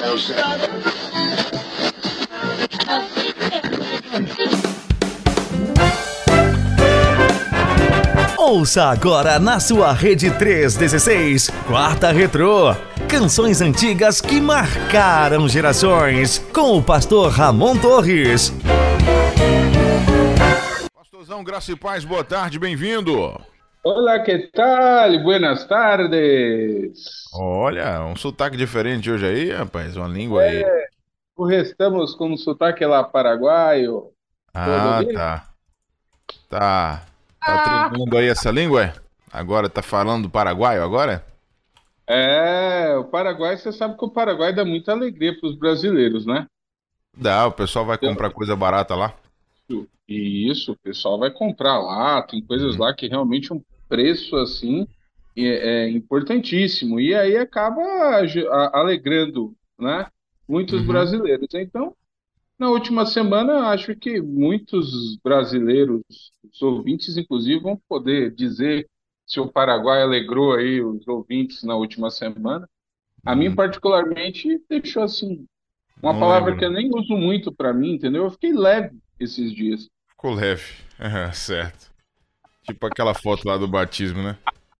Ouça agora na sua Rede 316, Quarta Retrô. Canções antigas que marcaram gerações. Com o pastor Ramon Torres. Pastorzão, graça e paz, boa tarde, bem-vindo. Olá, que tal? Buenas tardes. Olha, um sotaque diferente hoje aí, rapaz, uma língua aí. Estamos com um sotaque lá paraguaio. Todo Ah, bem? tá. Tá treinando aí essa língua, é? Agora tá falando paraguaio agora? O Paraguai, você sabe que o Paraguai dá muita alegria para os brasileiros, né? Dá, o pessoal vai comprar coisa barata lá. Isso, o pessoal vai comprar lá, tem coisas Uhum. lá que realmente um preço assim é importantíssimo. E aí acaba alegrando, né? Muitos Uhum. brasileiros. Então, na última semana, acho que muitos brasileiros, os ouvintes, inclusive, vão poder dizer se o Paraguai alegrou aí os ouvintes na última semana. A mim, Hum, particularmente, deixou assim, uma não palavra lembro, que eu não. nem uso muito para mim, entendeu? Eu fiquei leve esses dias. Ficou leve. Certo. Tipo aquela foto lá do batismo, né?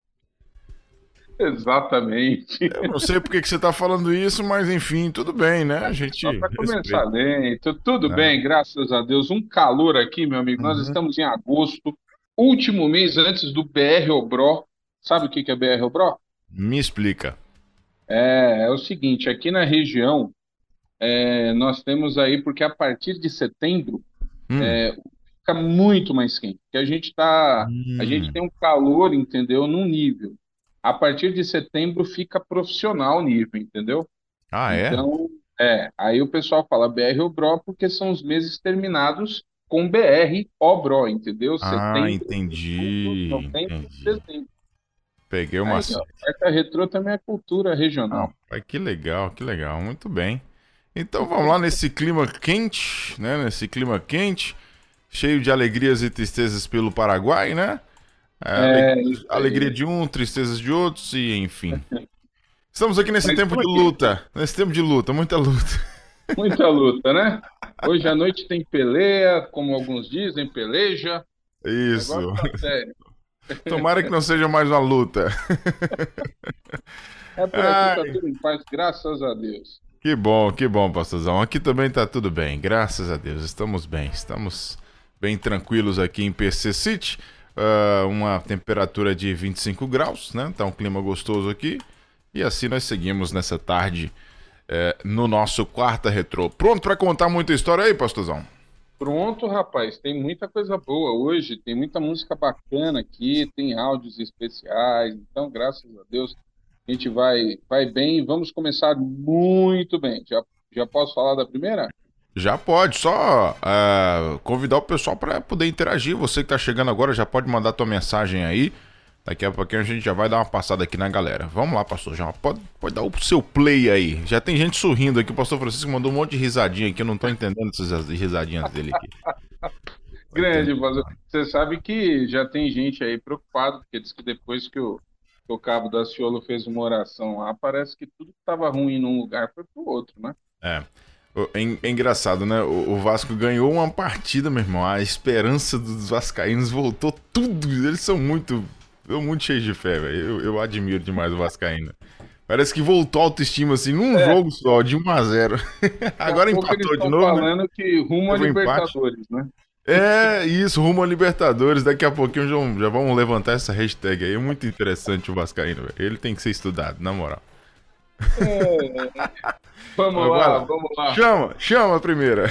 Exatamente. Eu não sei por que que você tá falando isso, mas enfim, tudo bem, né? A Só gente para começar respeita, bem, tudo né? bem, graças a Deus. Um calor aqui, meu amigo. Nós Uhum. estamos em agosto, último mês antes do BR Obró. Sabe o que que é BR Obró? Me explica. É o seguinte, aqui na região, nós temos aí, porque a partir de setembro Hum. fica muito mais quente, porque a gente Hum. tem um calor, entendeu, num nível. A partir de setembro fica profissional o nível, entendeu? Ah, é? Então, aí o pessoal fala BR Obró porque são os meses terminados com BR Obró, entendeu? Ah, Setembro, outubro, entendi, novembro, entendi. dezembro. Peguei uma. Aí, ó, quarta retrô também é cultura Ah, regional. pai, que legal, muito bem. Então vamos lá nesse clima quente, né? Nesse clima quente, cheio de alegrias e tristezas pelo Paraguai, né? É isso Alegria aí. de um, tristezas de outros e enfim. Estamos aqui nesse Mas tempo de estamos aqui. luta, muita luta. Muita luta, né? Hoje à noite tem peleia, como alguns dizem, peleja. O negócio Isso. tá sério. Tomara que não seja mais uma luta. É por aqui tá Ai, tudo em paz, graças a Deus. que bom, pastorzão. Aqui também tá tudo bem, graças a Deus. Estamos bem, estamos bem tranquilos aqui em PC City. Uma temperatura de 25 graus, né? Tá um clima gostoso aqui. E assim nós seguimos nessa tarde no nosso Quarta Retrô. Pronto para contar muita história aí, pastorzão? Pronto, rapaz, tem muita coisa boa hoje, tem muita música bacana aqui, tem áudios especiais, então, graças a Deus, a gente vai bem. Vamos começar muito bem. Já posso falar da primeira? Já pode, só convidar o pessoal para poder interagir. Você que tá chegando agora já pode mandar tua mensagem aí. Daqui a pouquinho a gente já vai dar uma passada aqui na galera. Vamos lá, pastor. Já pode dar o seu play aí. Já tem gente sorrindo aqui. O pastor Francisco mandou um monte de risadinha aqui. Eu não tô entendendo essas risadinhas dele aqui. Tô Grande, entendendo. mas você sabe que já tem gente aí preocupado, porque diz que depois que o Cabo da Ciolo fez uma oração lá, parece que tudo que estava ruim num lugar foi pro outro, né? É. É engraçado, né? O Vasco ganhou uma partida, meu irmão. A esperança dos vascaínos voltou tudo. Eles são muito cheios de fé, velho. Eu admiro demais o vascaíno. Parece que voltou a autoestima assim num É, jogo só, de 1-0. daqui a Agora pouco eles empatou de estão novo, né? falando que rumo a Teve um empate. Libertadores, né? É isso, rumo a Libertadores. Daqui a pouquinho já vamos levantar essa hashtag aí. É muito interessante o Vascaíno, velho. Ele tem que ser estudado, na moral. É, Mas vamos vai lá, lá. vamos lá. Chama a primeira.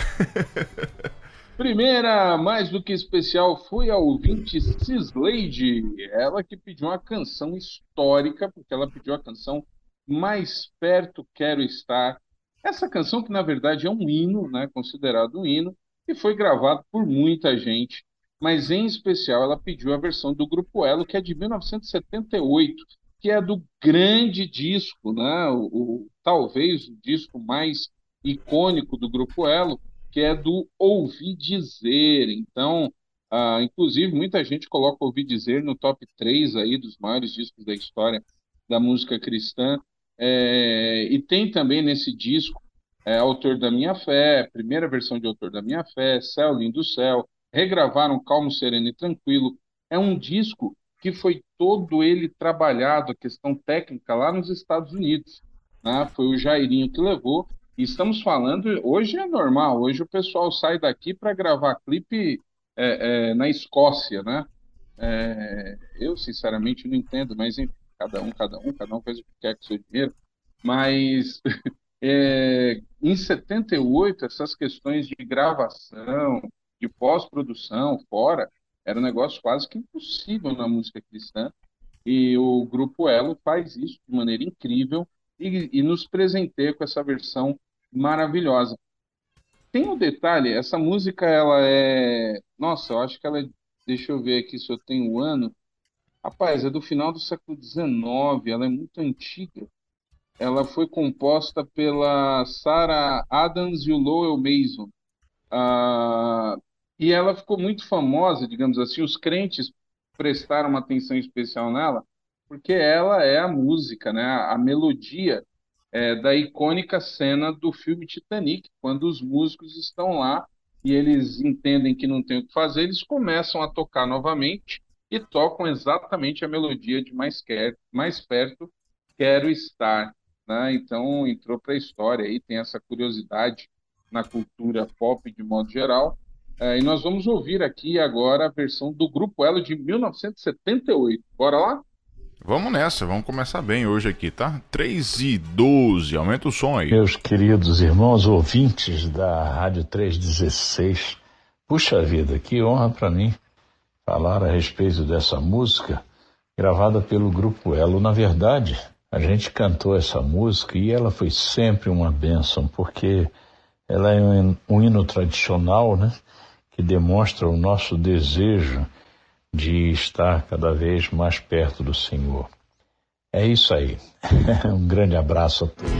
Primeira, mais do que especial, foi a ouvinte Cisleide. Ela que pediu uma canção histórica, porque ela pediu a canção Mais Perto Quero Estar. Essa canção que, na verdade, é um hino, né, considerado um hino, e foi gravado por muita gente, mas em especial ela pediu a versão do Grupo Elo, que é de 1978, que é do grande disco, né, talvez o disco mais icônico do Grupo Elo, que é do Ouvi Dizer. Então, inclusive, muita gente coloca Ouvi Dizer no top 3 aí dos maiores discos da história da música cristã. E tem também nesse disco Autor da Minha Fé, primeira versão de Autor da Minha Fé, Céu, Lindo Céu, regravaram Calmo, Sereno e Tranquilo. É um disco que foi todo ele trabalhado, a questão técnica, lá nos Estados Unidos, né? Foi o Jairinho que levou. E estamos falando, hoje é normal, hoje o pessoal sai daqui para gravar clipe na Escócia, né? Eu, sinceramente, não entendo, mas enfim, cada um faz o que quer com o seu dinheiro. Mas em 78, essas questões de gravação, de pós-produção fora, era um negócio quase que impossível na música cristã. E o Grupo Elo faz isso de maneira incrível e nos presenteia com essa versão maravilhosa. Tem um detalhe, essa música, ela é... Nossa, eu acho que ela é... Deixa eu ver aqui se eu tenho o ano. Rapaz, é do final do século XIX, ela é muito antiga. Ela foi composta pela Sarah Adams e o Lowell Mason. Ah, e ela ficou muito famosa, digamos assim, os crentes prestaram uma atenção especial nela, porque ela é a música, né, a melodia da icônica cena do filme Titanic, quando os músicos estão lá e eles entendem que não tem o que fazer, eles começam a tocar novamente e tocam exatamente a melodia de Mais Perto Quero Estar, né? Então entrou para a história aí, tem essa curiosidade na cultura pop de modo geral. E nós vamos ouvir aqui agora a versão do Grupo Elo de 1978. Bora lá? Vamos nessa, vamos começar bem hoje aqui, tá? 3:12, aumenta o som aí. Meus queridos irmãos ouvintes da Rádio 316, puxa vida, que honra para mim falar a respeito dessa música gravada pelo Grupo Elo. Na verdade, a gente cantou essa música e ela foi sempre uma bênção, porque ela é um hino tradicional, né, que demonstra o nosso desejo de estar cada vez mais perto do Senhor. É isso aí. Um grande abraço a todos.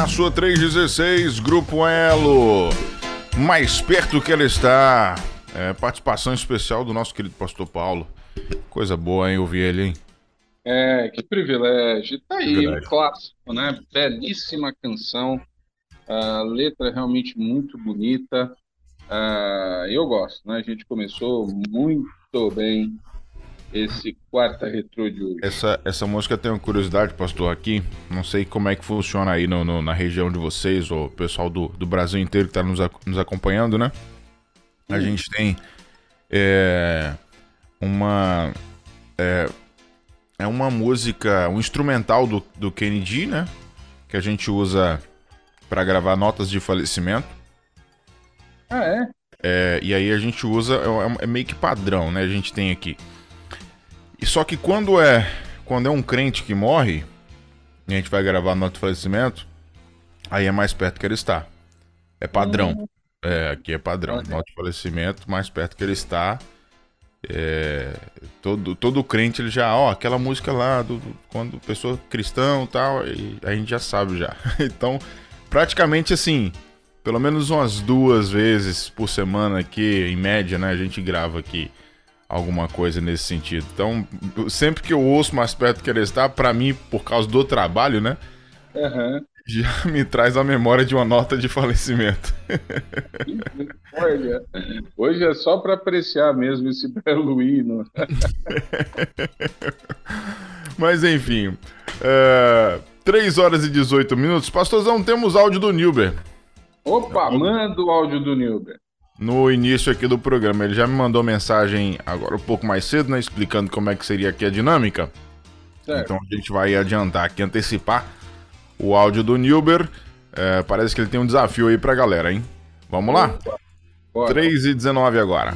na sua 316, Grupo Elo. Mais perto que ela está. Participação especial do nosso querido pastor Paulo. Coisa boa, hein? Ouvir ele, hein? Que privilégio. Tá aí, Privilégio. um clássico, né? Belíssima canção. A letra é realmente muito bonita. Eu gosto, né? A gente começou muito bem esse quarta retrô de hoje. Essa música tem uma curiosidade, pastor, aqui. Não sei como é que funciona aí na região de vocês, ou o pessoal do Brasil inteiro que está nos acompanhando, né? A gente tem uma música, um instrumental do Kennedy, né? Que a gente usa para gravar notas de falecimento. E aí a gente usa, é meio que padrão, né? A gente tem aqui. E só que quando é um crente que morre, e a gente vai gravar nota de falecimento, aí é mais perto que ele está. É padrão. Aqui é padrão. Nota de falecimento, mais perto que ele está. Todo crente, ele já, aquela música lá, quando pessoa cristão e tal, e a gente já sabe já. Então, praticamente assim, pelo menos umas 2 vezes por semana aqui, em média, né, a gente grava aqui alguma coisa nesse sentido. Então, sempre que eu ouço mais perto que ele está, pra mim, por causa do trabalho, né, já me traz a memória de uma nota de falecimento. Olha, hoje é só para apreciar mesmo esse belo hino. Mas enfim, 3 horas e 18 minutos. Pastorzão, temos áudio do Nilber. Opa, manda o áudio do Nilber. No início aqui do programa, ele já me mandou mensagem agora um pouco mais cedo, né, explicando como é que seria aqui a dinâmica. Certo. Então a gente vai adiantar aqui, antecipar o áudio do Nilber. Parece que ele tem um desafio aí pra galera, hein? Vamos lá? Bora. 3h19 agora.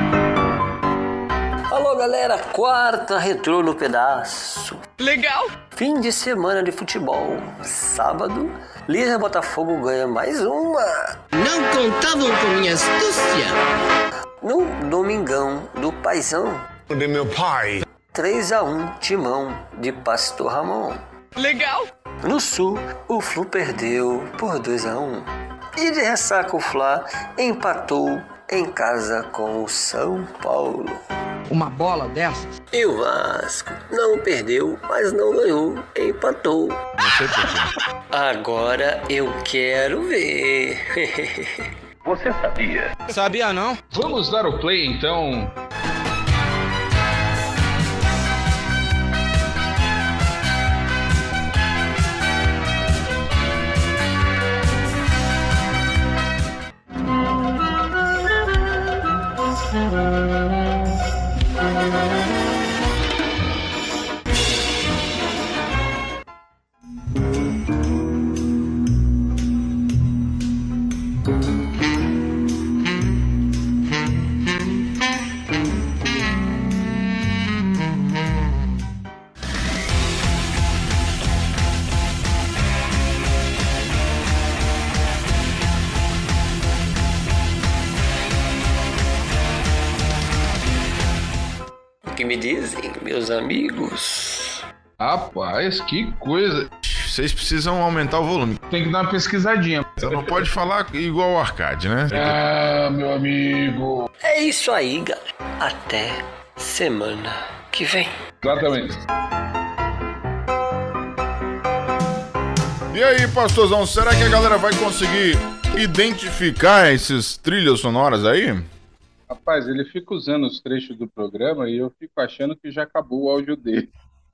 Alô, galera, quarta retrô no pedaço. Legal! Fim de semana de futebol. Sábado, Líder Botafogo ganha mais uma. Não contavam com minha astúcia. No domingão do Paizão, De meu pai. 3-1 Timão de Pastor Ramon. Legal! No Sul, o Flu perdeu por 2-1. E de ressaca o Fla empatou em casa com o São Paulo. Uma bola dessas? E o Vasco não perdeu, mas não ganhou, empatou. Não sei porquê. Agora eu quero ver. Você sabia? Sabia não? Vamos dar o play, então. O que me dizem, meus amigos? Rapaz, que coisa. Vocês precisam aumentar o volume. Tem que dar uma pesquisadinha. Você não pode falar igual o Arcade, né? Meu amigo. É isso aí, galera. Até semana que vem. Exatamente. E aí, pastorzão, será que a galera vai conseguir identificar esses trilhas sonoras aí? Rapaz, ele fica usando os trechos do programa e eu fico achando que já acabou o áudio dele.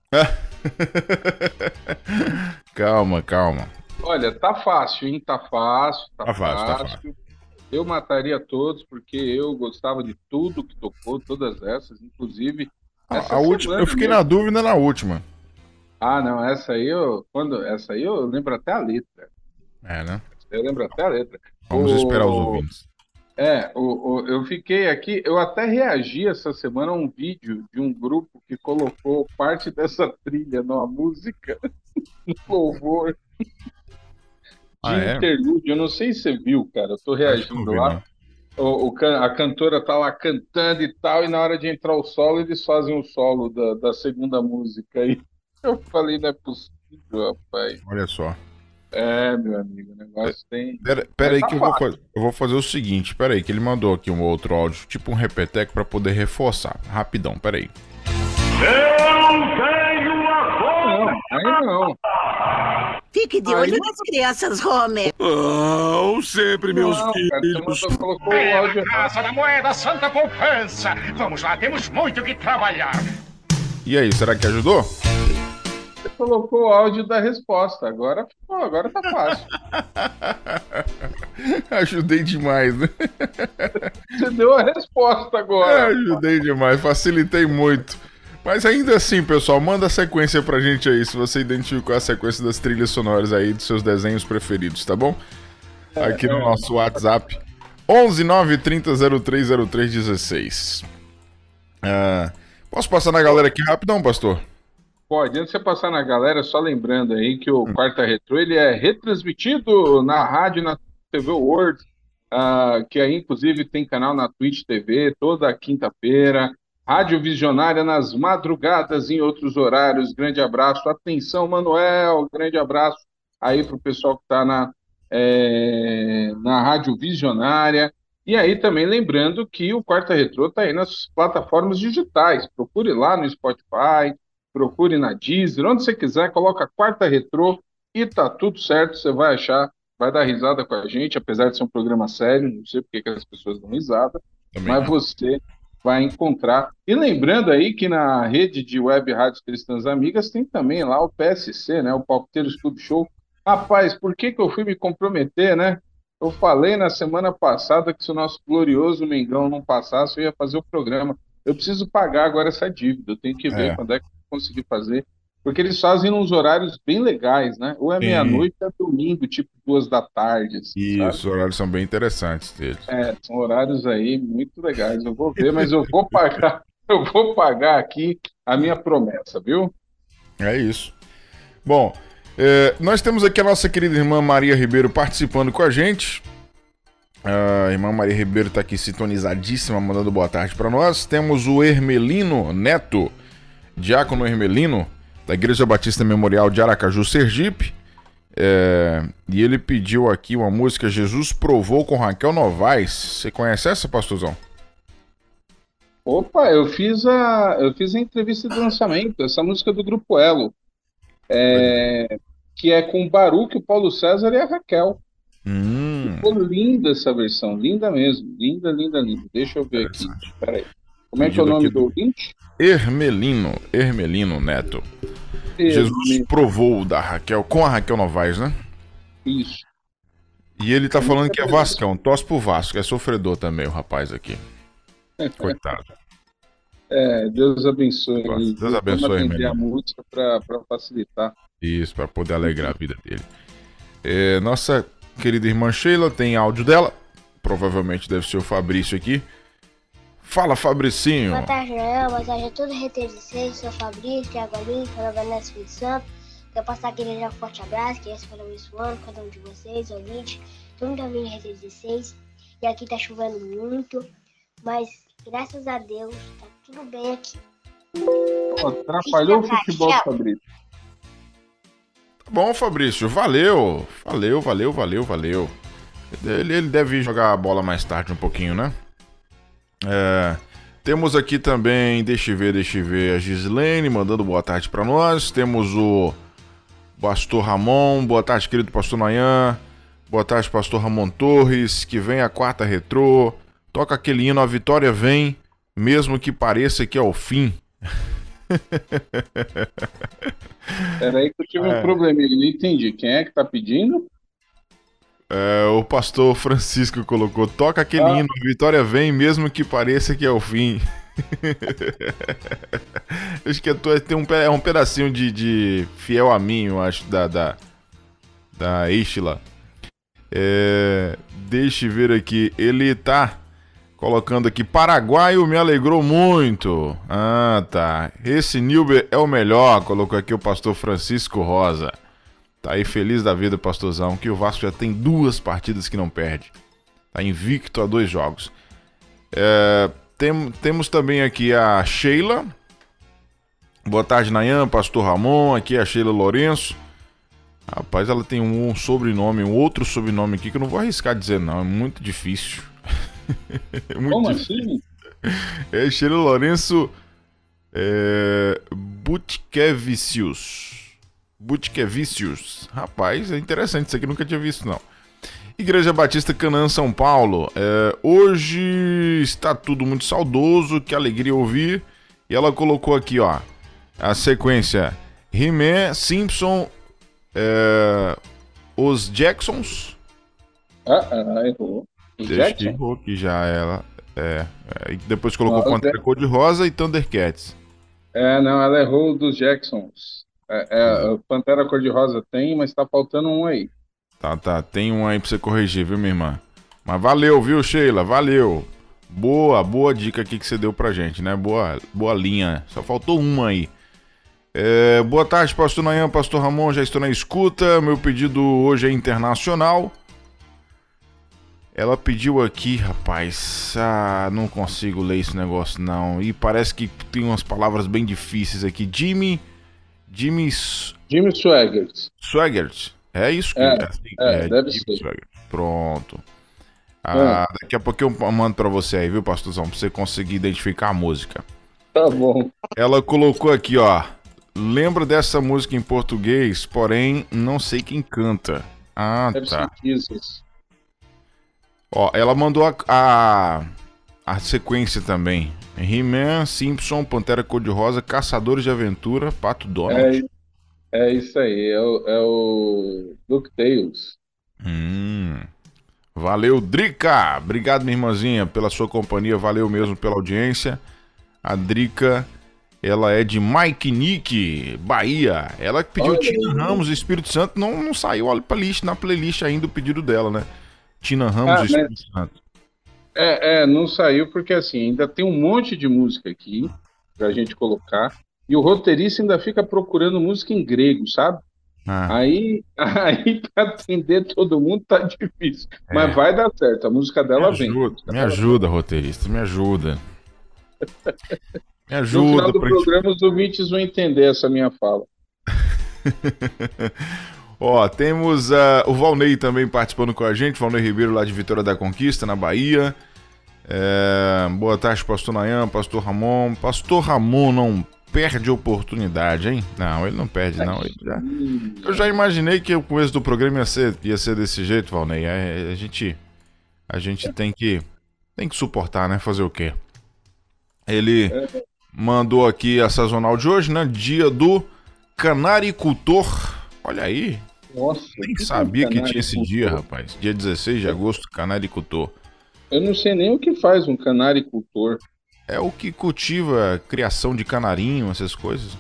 Calma. Olha, tá fácil, hein? Tá fácil. Tá fácil. Eu mataria todos porque eu gostava de tudo que tocou, todas essas, inclusive A última, eu fiquei na dúvida na última. Ah, não, essa aí eu lembro até a letra. Né? Eu lembro até a letra. Vamos esperar os ouvintes. Eu fiquei aqui, eu até reagi essa semana a um vídeo de um grupo que colocou parte dessa trilha numa música, no louvor de interlúdio. Eu não sei se você viu, cara, eu tô reagindo lá. A cantora tá lá cantando e tal, e na hora de entrar o solo, eles fazem o solo da segunda música aí. Eu falei, não é possível, rapaz. Olha só. Meu amigo, o negócio tem. Pera Mas aí tá que fácil. eu vou fazer o seguinte. Pera aí que ele mandou aqui um outro áudio, tipo um repeteco pra poder reforçar. Rapidão, pera aí. Não, aí não. Fique de Aí olho nas crianças, Homer. Oh, sempre meus não, cara, você filhos. colocou o áudio errado. Casa da Moeda Santa Poupança. Vamos lá, temos muito que trabalhar. E aí, será que ajudou? Você colocou o áudio da resposta. Agora ficou, agora tá fácil. Ajudei demais, né? Você deu a resposta agora. Ajudei demais, facilitei muito. Mas ainda assim, pessoal, manda a sequência pra gente aí, se você identificou a sequência das trilhas sonoras aí dos seus desenhos preferidos, tá bom? Aqui no nosso WhatsApp, 11 930 030316. Posso passar na galera aqui rapidão, pastor? Pode, antes de você passar na galera, só lembrando aí que o Quarta Retrô, ele é retransmitido na rádio, na TV World, que aí inclusive tem canal na Twitch TV, toda quinta-feira, Rádio Visionária nas madrugadas, em outros horários. Grande abraço, atenção Manuel, grande abraço aí pro pessoal que está na Rádio Visionária. E aí também lembrando que o Quarta Retrô está aí nas plataformas digitais, procure lá no Spotify, procure na Deezer, onde você quiser, coloca Quarta Retrô e tá tudo certo, você vai achar, vai dar risada com a gente, apesar de ser um programa sério, não sei porque que as pessoas dão risada, mas você vai encontrar. E lembrando aí que na rede de web rádios cristãs amigas tem também lá o PSC, né, o Palpiteiros Clube Show. Rapaz, por que eu fui me comprometer, né? Eu falei na semana passada que se o nosso glorioso Mengão não passasse, eu ia fazer o programa. Eu preciso pagar agora essa dívida, eu tenho que ver quando é que eu vou conseguir fazer, porque eles fazem uns horários bem legais, né? Ou é meia-noite, ou é domingo, tipo 2 da tarde. Assim, Isso, os sabe? horários são bem interessantes deles. São horários aí muito legais. Eu vou ver, mas eu vou pagar, eu vou pagar aqui a minha promessa, viu? É isso. Bom, nós temos aqui a nossa querida irmã Maria Ribeiro participando com a gente. A irmã Maria Ribeiro está aqui sintonizadíssima, mandando boa tarde para nós. Temos o Hermelino Neto, diácono Hermelino, da Igreja Batista Memorial de Aracaju, Sergipe. E ele pediu aqui uma música Jesus Provou com Raquel Novaes. Você conhece essa, pastorzão? Opa, eu fiz a entrevista de lançamento, essa música do Grupo Elo, que é com o Baruque, o Paulo César e a Raquel. Ficou linda essa versão, linda mesmo, linda, linda, linda. Deixa eu ver aqui, peraí. Como é que é o nome do ouvinte? Hermelino Neto. Jesus Provou da Raquel, com a Raquel Novaes, né? Isso. E ele tá falando que é Vascão, torce pro Vasco, é sofredor também o rapaz aqui. Coitado. Deus abençoe. Deus abençoe, Vamos a música para facilitar. Isso, para poder alegrar a vida dele. Nossa querida irmã Sheila tem áudio dela. Provavelmente deve ser o Fabrício aqui. Fala, Fabricinho. Boa tarde, Noel. Boa tarde a todos os RT16. Sou o Fabrício, Thiago Alinho, Fernando Vanessa Espírito Santo. Quero passar aquele já forte abraço, que esse foi abençoando cada um de vocês, ouvinte. Todo mundo ouvindo RT16. E aqui tá chovendo muito, mas graças a Deus tá tudo bem aqui. Atrapalhou o futebol, Fabrício. Tá bom, Fabrício. Valeu. Ele deve jogar a bola mais tarde um pouquinho, né? Temos aqui também, deixa eu ver, a Gislene mandando boa tarde pra nós. Temos o pastor Ramon, boa tarde, querido pastor Nayan. Boa tarde, pastor Ramon Torres. Que vem a Quarta Retrô. Toca aquele hino, a vitória vem, mesmo que pareça que é o fim. Peraí que eu tive um probleminha, não entendi. Quem é que tá pedindo? O pastor Francisco colocou, toca aquele hino, a vitória vem, mesmo que pareça que é o fim. Acho que tem um pedacinho de Fiel a Mim, eu acho, da Estila. Deixa eu ver aqui, ele tá colocando aqui, paraguaio me alegrou muito. Tá, esse Nilber é o melhor, colocou aqui o pastor Francisco Rosa. Tá aí feliz da vida, pastorzão, que o Vasco já tem 2 partidas que não perde. Tá invicto a 2 jogos. Temos também aqui a Sheila. Boa tarde, Nayan, pastor Ramon. Aqui é a Sheila Lourenço. Rapaz, ela tem um sobrenome, um outro sobrenome aqui que eu não vou arriscar dizer não, é muito difícil. É muito Como difícil. Assim? É Sheila Lourenço Butchkevicius. Butchkevicius. Rapaz, é interessante, isso aqui eu nunca tinha visto não. Igreja Batista Canaã, São Paulo. Hoje está tudo muito saudoso, que alegria ouvir. E ela colocou aqui, ó, a sequência: He-Man, Simpson, os Jacksons. Errou. Errou que já ela. E depois colocou Pantera Cor-de-Rosa e Thundercats. Não, ela errou dos Jacksons. Pantera Cor-de-Rosa tem, mas tá faltando um aí. Tá. Tem um aí pra você corrigir, viu, minha irmã? Mas valeu, viu, Sheila? Valeu. Boa dica aqui que você deu pra gente, né? Boa linha. Só faltou uma aí. Boa tarde, pastor Nayan, pastor Ramon, já estou na escuta. Meu pedido hoje é internacional. Ela pediu aqui, rapaz. Não consigo ler esse negócio, não. E parece que tem umas palavras bem difíceis aqui. Jimmy Swaggart. Swaggart. É isso que deve ser. Swaggart. Pronto. Daqui a pouco eu mando pra você aí, viu, pastorzão? Pra você conseguir identificar a música. Tá bom. Ela colocou aqui, ó. Lembro dessa música em português, porém não sei quem canta. Tá. Ó, ela mandou a sequência também. He-Man, Simpson, Pantera Cor-de-Rosa, Caçadores de Aventura, Pato Donald. É isso aí, é o DuckTales. Valeu, Drica! Obrigado, minha irmãzinha, pela sua companhia, valeu mesmo pela audiência. A Drica, ela é de Mike Nick, Bahia. Ela que pediu Tina Ramos, Espírito Santo, não saiu na playlist ainda o pedido dela, né? Tina Ramos e Espírito Santo. Não saiu porque assim, ainda tem um monte de música aqui pra gente colocar. E o roteirista ainda fica procurando música em grego, sabe? Aí pra atender todo mundo tá difícil. Mas vai dar certo, a música dela vem. Me ajuda, roteirista, me ajuda. Me ajuda. No final do programa os ouvintes vão entender essa minha fala. Ó, temos o Valnei também participando com a gente, Valnei Ribeiro lá de Vitória da Conquista, na Bahia. Boa tarde, pastor Nayan, pastor Ramon. Pastor Ramon não perde oportunidade, hein? Não, ele não perde, não. Eu já imaginei que o começo do programa ia ser desse jeito, Valnei. A gente tem que suportar, né? Fazer o quê? Ele mandou aqui a sazonal de hoje, né? Dia do Canaricultor. Olha aí. Nossa, nem sabia que tinha esse dia, rapaz. Dia 16 de agosto, canaricultor. Eu não sei nem o que faz um canaricultor. É o que cultiva criação de canarinho, essas coisas.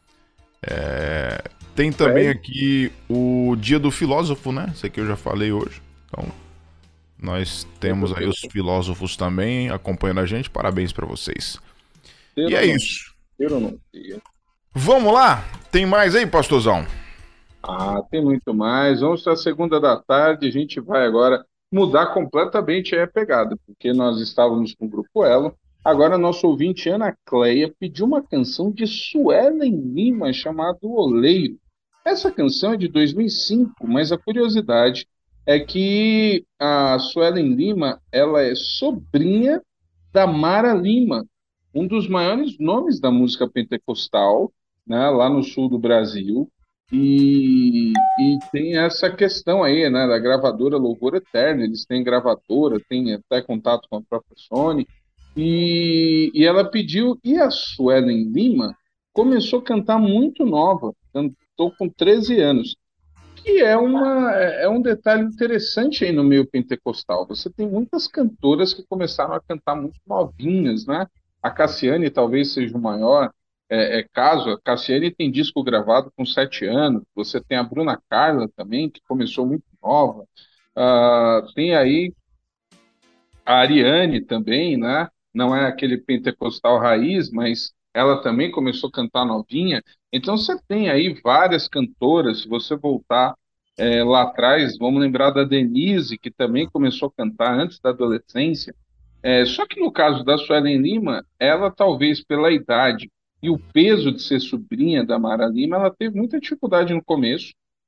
Tem também aqui o dia do filósofo, né? Isso aqui eu já falei hoje. Então, nós temos aí os filósofos também acompanhando a gente. Parabéns pra vocês. E é isso. Vamos lá? Tem mais aí, pastorzão? Tem muito mais. Vamos para a segunda da tarde. A gente vai agora mudar completamente a pegada, porque nós estávamos com o Grupo Elo. Agora, nosso ouvinte Ana Cleia pediu uma canção de Suelen Lima chamada Oleiro. Essa canção é de 2005, mas a curiosidade é que a Suelen Lima ela é sobrinha da Mara Lima, um dos maiores nomes da música pentecostal, né, lá no sul do Brasil. E tem essa questão aí, né, da gravadora Louvor Eterno. Eles têm gravadora, têm até contato com a própria Sony. E ela pediu, e a Suelen Lima começou a cantar muito nova, cantou com 13 anos, que é um detalhe interessante aí no meio pentecostal. Você tem muitas cantoras que começaram a cantar muito novinhas, né? A Cassiane talvez seja o maior caso. A Cassiane tem disco gravado com 7 anos. Você tem a Bruna Carla também, que começou muito nova. Tem aí a Ariane também, né? Não é aquele pentecostal raiz, mas ela também começou a cantar novinha. Então você tem aí várias cantoras. Se você voltar lá atrás, vamos lembrar da Denise, que também começou a cantar antes da adolescência. Só que no caso da Suelen Lima, ela talvez pela idade e o peso de ser sobrinha da Mara Lima, ela teve muita dificuldade no começo.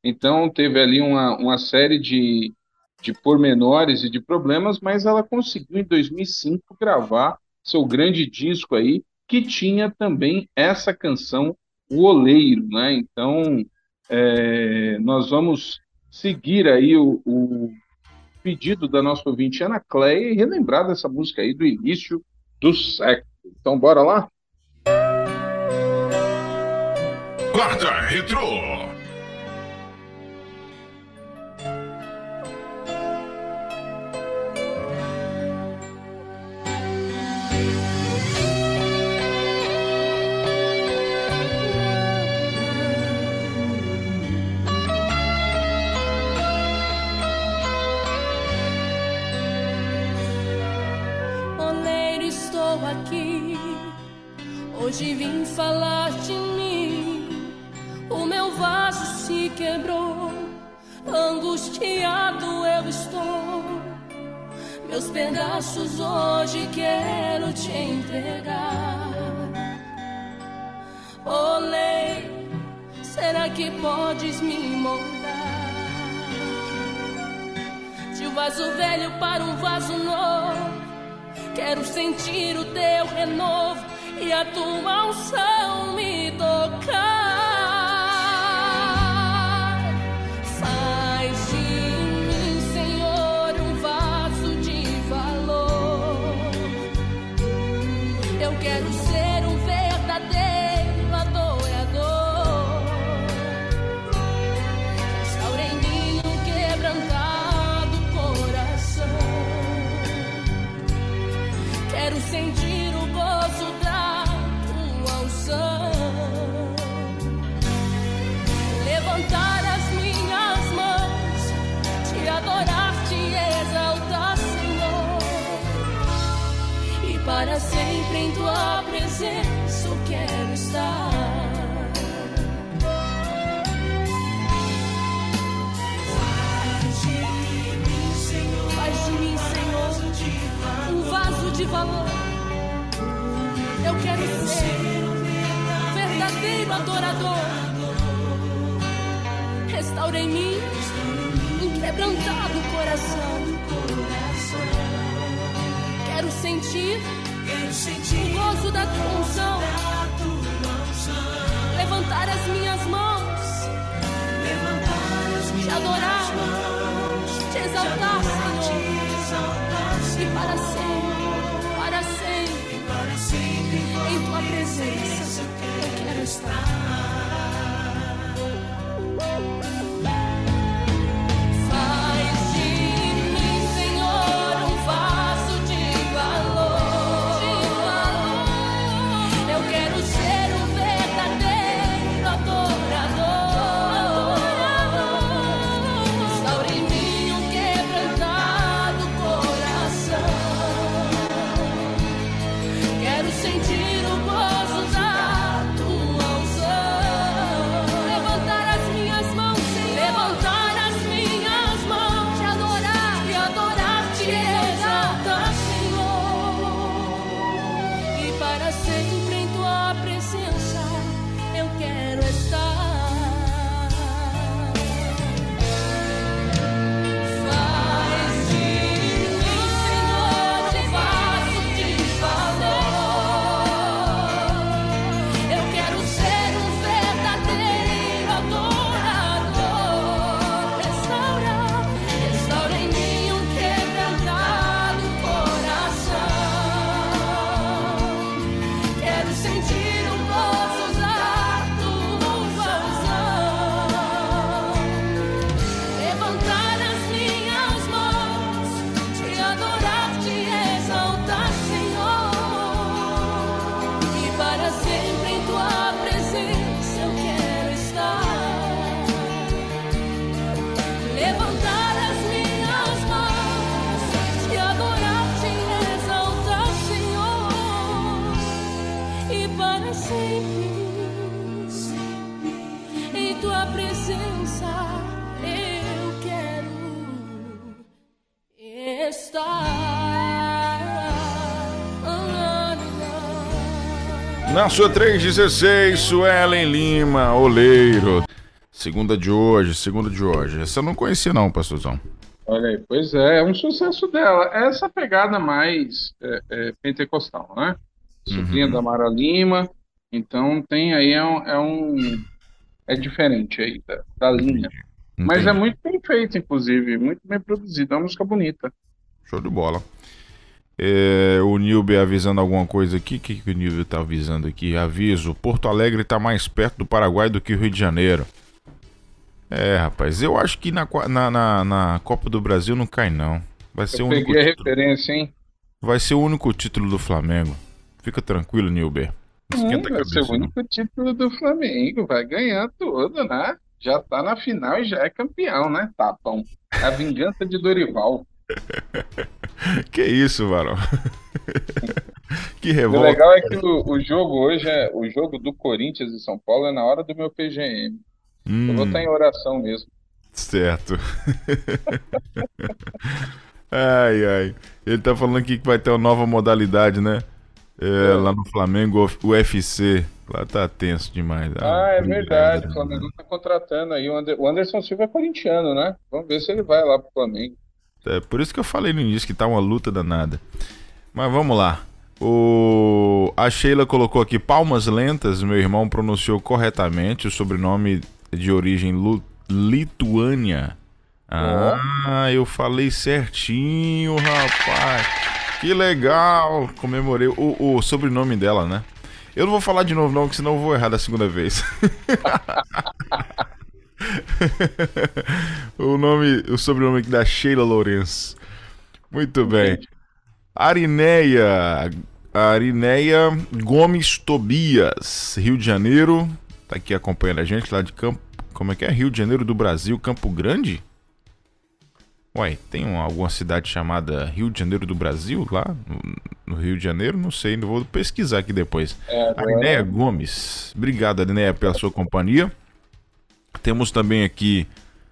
Então teve ali uma série de pormenores e de problemas, mas ela conseguiu em 2005 gravar seu grande disco aí, que tinha também essa canção, O Oleiro, né? Então nós vamos seguir aí o pedido da nossa ouvinte Ana Cleia e relembrar dessa música aí do início do século. Então bora lá? Quarta Retrô. Aqui, hoje vim falar de mim. O meu vaso se quebrou, angustiado eu estou. Meus pedaços hoje quero te entregar. Olê, será que podes me moldar? De um vaso velho para um vaso novo, quero sentir o teu renovo e a tua unção me tocar. Faz de mim, Senhor, um vaso de valor. Eu quero ser um verdadeiro adorador. Restaura em mim um quebrantado coração. Quero sentir o gozo da tua unção. Levantar as minhas mãos, te adorar, te exaltar, Senhor. E para sempre em tua presença eu quero estar. Faz de mim, Senhor, um vaso de valor. Eu quero ser verdadeiro adorador. Restaura em mim um quebrantado coração. Quero sentir o gozo da tua unção. Levantar as minhas mãos, te adorar, te exaltar, Senhor. E para sempre, em tua presença eu quero estar. Faz de mim, Senhor, um vaso de valor. Eu quero ser um verdadeiro adorador. Restaura em mim um quebrantado coração. Quero sentir o gozo da tua unção. Levantar as minhas mãos, Senhor. Levantar as minhas mãos, te adorar e adorar, te exaltar, Senhor. E para sempre em tua presença eu quero estar. Faz de mim, Senhor, um vaso de valor. Eu quero ser um verdadeiro adorador. Restaura em mim um quebrantado coração. Quero sentir o gozo da tua unção. Levantar as minhas mãos, te adorar, te exaltar, Senhor. E para sempre em tua presença eu quero estar. Levantar as minhas mãos, te adorar, te exaltar, Senhor. E para sempre em tua presença eu quero estar. Na sua 316, Suelen Lima, Oleiro. Segunda de hoje. Essa eu não conhecia não, pastorzão. Olha aí, pois é um sucesso dela. Essa pegada mais pentecostal, né? Sobrinha da Mara Lima. Então tem aí, é diferente aí da linha. Mas é muito bem feito, inclusive, muito bem produzido. É uma música bonita. Show de bola. O Nilber avisando alguma coisa aqui. O que o Nilber tá avisando aqui? Aviso, Porto Alegre tá mais perto do Paraguai do que o Rio de Janeiro. Rapaz, eu acho que na Copa do Brasil não cai não. Vai ser o único peguei a título. referência, hein? Vai ser o único título do Flamengo. Fica tranquilo, Nilber. Esquenta a Vai ser cabeça, o único título do Flamengo. Vai ganhar tudo, né? Já tá na final e já é campeão, né? Tapão. A vingança de Dorival. Que isso, varão? Que O revolta. legal é que o jogo hoje o jogo do Corinthians e São Paulo é na hora do meu PGM. Eu vou estar em oração mesmo. Certo. Ai. Ele tá falando aqui que vai ter uma nova modalidade, né? Lá no Flamengo, o UFC. Lá tá tenso demais. É verdade. O Flamengo tá contratando aí. O Anderson Silva é corintiano, né? Vamos ver se ele vai lá pro Flamengo. É por isso que eu falei no início que tá uma luta danada. Mas vamos lá. A Sheila colocou aqui palmas lentas. Meu irmão pronunciou corretamente o sobrenome de origem Lituânia. Eu falei certinho, rapaz. Que legal. Comemorei o sobrenome dela, né? Eu não vou falar de novo não, porque senão eu vou errar da segunda vez. O sobrenome aqui da Sheila Lourenço. Muito bem. Arineia Gomes Tobias, Rio de Janeiro. Tá aqui acompanhando a gente lá de Campo. Como é que é? Rio de Janeiro do Brasil, Campo Grande? Ué, tem alguma cidade chamada Rio de Janeiro do Brasil lá no Rio de Janeiro? Não sei, vou pesquisar aqui depois. Arineia Gomes. Obrigado, Arineia, pela sua companhia. Temos também aqui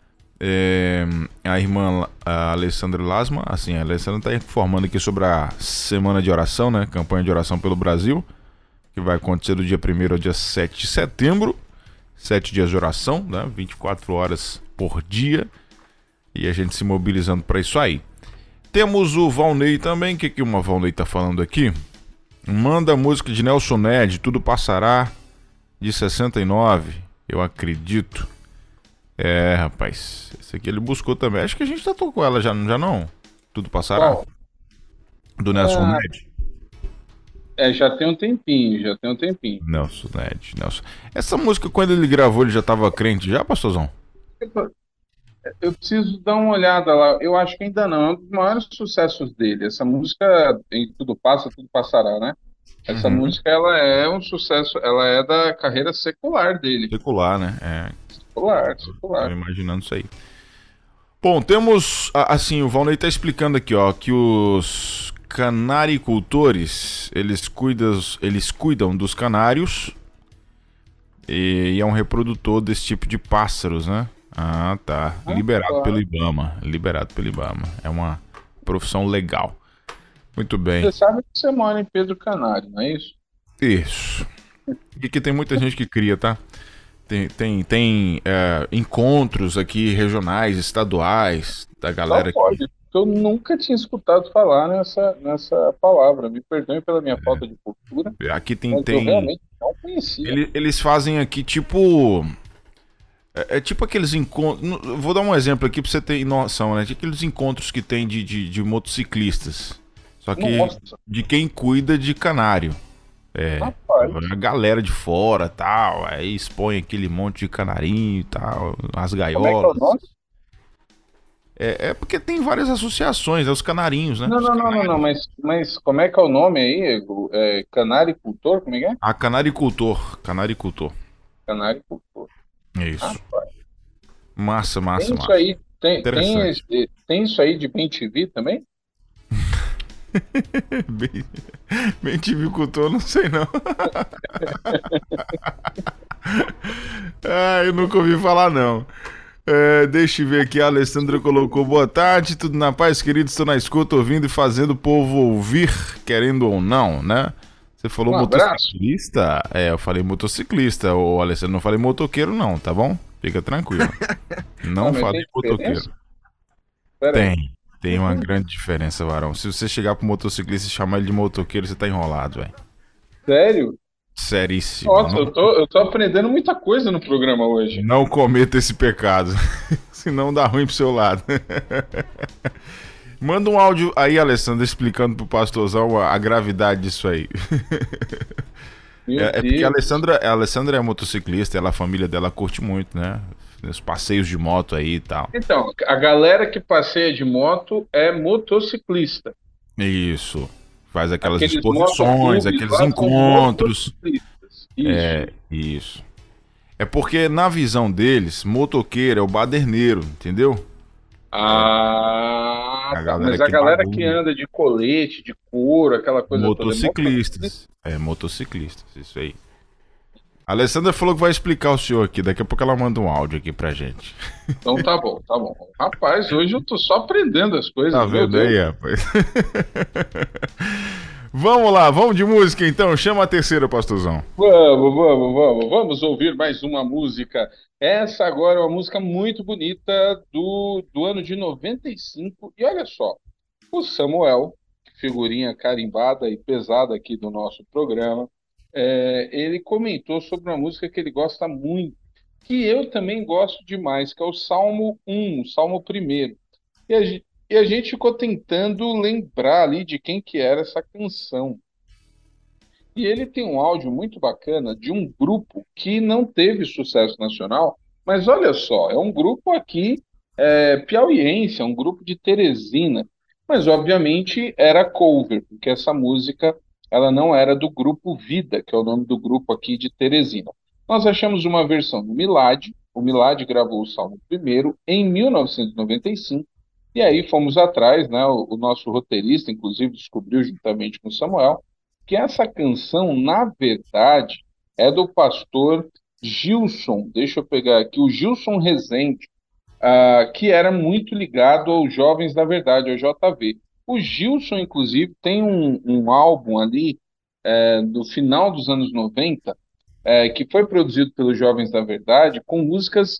a irmã Alessandra Lasma. Assim, a Alessandra está informando aqui sobre a semana de oração, né? Campanha de oração pelo Brasil, que vai acontecer do dia 1º ao dia 7 de setembro. 7 dias de oração, né? 24 horas por dia. E a gente se mobilizando para isso aí. Temos o Valnei também. O que o Valnei tá falando aqui? Manda a música de Nelson Ned, Tudo Passará, de 69. Eu acredito. Rapaz. Esse aqui ele buscou também. Acho que a já tocou ela já não? Tudo Passará? Do Nelson Ned. Já tem um tempinho. Nelson Ned. Essa música, quando ele gravou, ele já tava crente já, pastorzão? Eu preciso dar uma olhada lá. Eu acho que ainda não. É um dos maiores sucessos dele. Essa música, em Tudo Passa, Tudo Passará, né? Essa música, ela é um sucesso. Ela é da carreira secular dele. Secular, né? Secular. Tô imaginando isso aí. Bom, temos... Assim, o Valnei tá explicando aqui, ó, que os canaricultores, eles cuidam dos canários e é um reprodutor desse tipo de pássaros, né? Tá. Liberado pelo IBAMA. É uma profissão legal. Muito bem. Você sabe que você mora em Pedro Canário, não é isso? Isso. E que tem muita gente que cria, tá? Tem encontros aqui regionais, estaduais, da galera que... Eu nunca tinha escutado falar nessa palavra. Me perdoe pela minha falta de cultura. Aqui tem... Eu realmente não conhecia. Eles fazem aqui tipo... É tipo aqueles encontros... Vou dar um exemplo aqui pra você ter noção, né? Aqueles encontros que tem de motociclistas. Só que de quem cuida de canário. A galera de fora, tal, aí expõe aquele monte de canarinho e tal, as gaiolas. Como é que é o nome? Porque tem várias associações, os canarinhos, né? Não, mas como é que é o nome aí? Canaricultor, como é que é? Canaricultor. Canaricultor. É isso. Rapaz. Massa. Tem isso aí, tem isso aí de bem-TV também? Bem-TV-cultor, não sei não. Eu nunca ouvi falar não. Deixa eu ver aqui, a Alessandra colocou: boa tarde, tudo na paz, querido, estou na escuta, ouvindo e fazendo o povo ouvir, querendo ou não, né? Você falou motociclista? Eu falei motociclista, ô Alessandro, não falei motoqueiro não, tá bom? Fica tranquilo. Não falei motoqueiro. Tem uma grande diferença, Varão. Se você chegar pro motociclista e chamar ele de motoqueiro, você tá enrolado, velho. Sério? Seríssimo. Nossa, eu tô aprendendo muita coisa no programa hoje. Não cometa esse pecado, senão dá ruim pro seu lado. Manda um áudio aí, Alessandra, explicando pro pastorzão a gravidade disso aí. Porque a Alessandra é motociclista, a família dela curte muito, né? Os passeios de moto aí e tal. Então, a galera que passeia de moto é motociclista. Isso. Faz aquelas exposições, aqueles encontros. Isso. É porque na visão deles, motoqueiro é o baderneiro, entendeu? Mas a galera que anda de colete, de couro, aquela coisa motociclistas. toda. Motociclistas, isso aí. A Alessandra falou que vai explicar o senhor aqui, daqui a pouco ela manda um áudio aqui pra gente. Então tá bom. Rapaz, hoje eu tô só aprendendo as coisas. Tá vendo aí, rapaz? Vamos lá, vamos de música então, chama a terceira, pastorzão. Vamos ouvir mais uma música. Essa agora é uma música muito bonita do ano de 95. E olha só, o Samuel, figurinha carimbada e pesada aqui do nosso programa, ele comentou sobre uma música que ele gosta muito, que eu também gosto demais, que é o Salmo 1, o Salmo 1. E a gente ficou tentando lembrar ali de quem que era essa canção. E ele tem um áudio muito bacana de um grupo que não teve sucesso nacional, mas olha só, é um grupo aqui piauiense, é um grupo de Teresina, mas obviamente era cover, porque essa música ela não era do grupo Vida, que é o nome do grupo aqui de Teresina. Nós achamos uma versão do Milad, o Milad gravou o Salmo 1 em 1995, e aí fomos atrás, né, o nosso roteirista, inclusive, descobriu juntamente com Samuel, que essa canção, na verdade, é do pastor Gilson, deixa eu pegar aqui, o Gilson Rezende, que era muito ligado aos Jovens da Verdade, ao JV. O Gilson, inclusive, tem um álbum ali, do final dos anos 90, que foi produzido pelos Jovens da Verdade, com músicas,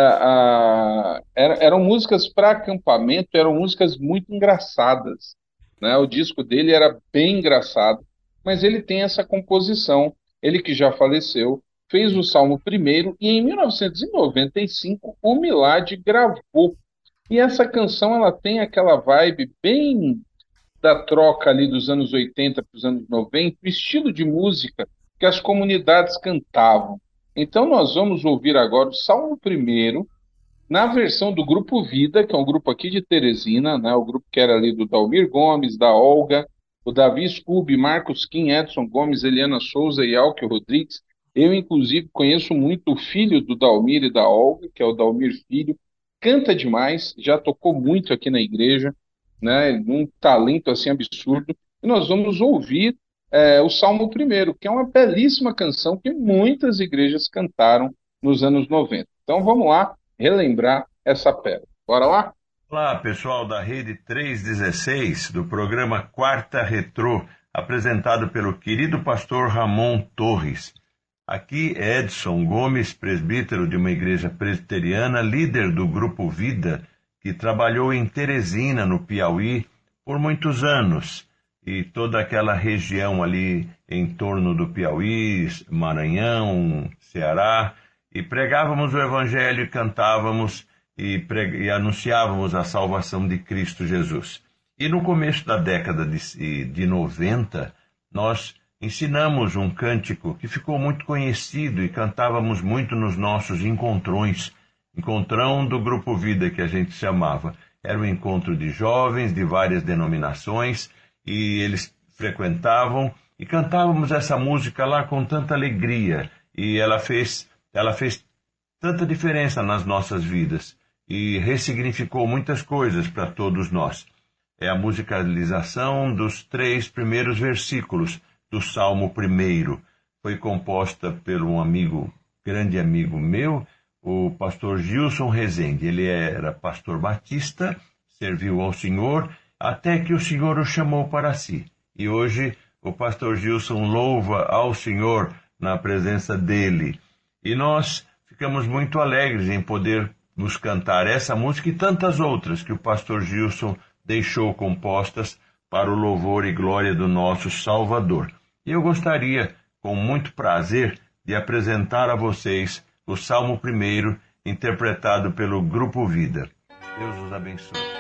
eram músicas para acampamento, eram músicas muito engraçadas, né? O disco dele era bem engraçado, mas ele tem essa composição, ele que já faleceu, fez o Salmo 1 e em 1995 o Milad gravou. E essa canção ela tem aquela vibe bem da troca ali dos anos 80 para os anos 90, o estilo de música que as comunidades cantavam. Então nós vamos ouvir agora o Salmo 1 na versão do Grupo Vida, que é um grupo aqui de Teresina, né, o grupo que era ali do Dalmir Gomes, da Olga, o Davi Scooby, Marcos Kim, Edson Gomes, Eliana Souza e Alquio Rodrigues. Eu, inclusive, conheço muito o filho do Dalmir e da Olga, que é o Dalmir Filho. Canta demais, já tocou muito aqui na igreja, né? Um talento assim absurdo. E nós vamos ouvir o Salmo 1, que é uma belíssima canção que muitas igrejas cantaram nos anos 90. Então vamos lá relembrar essa pérola. Bora lá? Olá, pessoal da Rede 316, do programa Quarta Retrô, apresentado pelo querido pastor Ramon Torres. Aqui Edson Gomes, presbítero de uma igreja presbiteriana, líder do Grupo Vida, que trabalhou em Teresina, no Piauí, por muitos anos, e toda aquela região ali em torno do Piauí, Maranhão, Ceará, e pregávamos o Evangelho e cantávamos e anunciávamos a salvação de Cristo Jesus. E no começo da década de 90, nós ensinamos um cântico que ficou muito conhecido e cantávamos muito nos nossos encontrões. Encontrão do Grupo Vida, que a gente chamava. Era um encontro de jovens de várias denominações e eles frequentavam e cantávamos essa música lá com tanta alegria. E ela fez tanta diferença nas nossas vidas e ressignificou muitas coisas para todos nós. É a musicalização dos 3 primeiros versículos do Salmo 1. Foi composta por um grande amigo meu, o pastor Gilson Rezende. Ele era pastor batista, serviu ao Senhor, até que o Senhor o chamou para si. E hoje o pastor Gilson louva ao Senhor na presença dele. E nós ficamos muito alegres em poder nos cantar essa música e tantas outras que o pastor Gilson deixou compostas para o louvor e glória do nosso Salvador. E eu gostaria, com muito prazer, de apresentar a vocês o Salmo 1, interpretado pelo Grupo Vida. Deus os abençoe.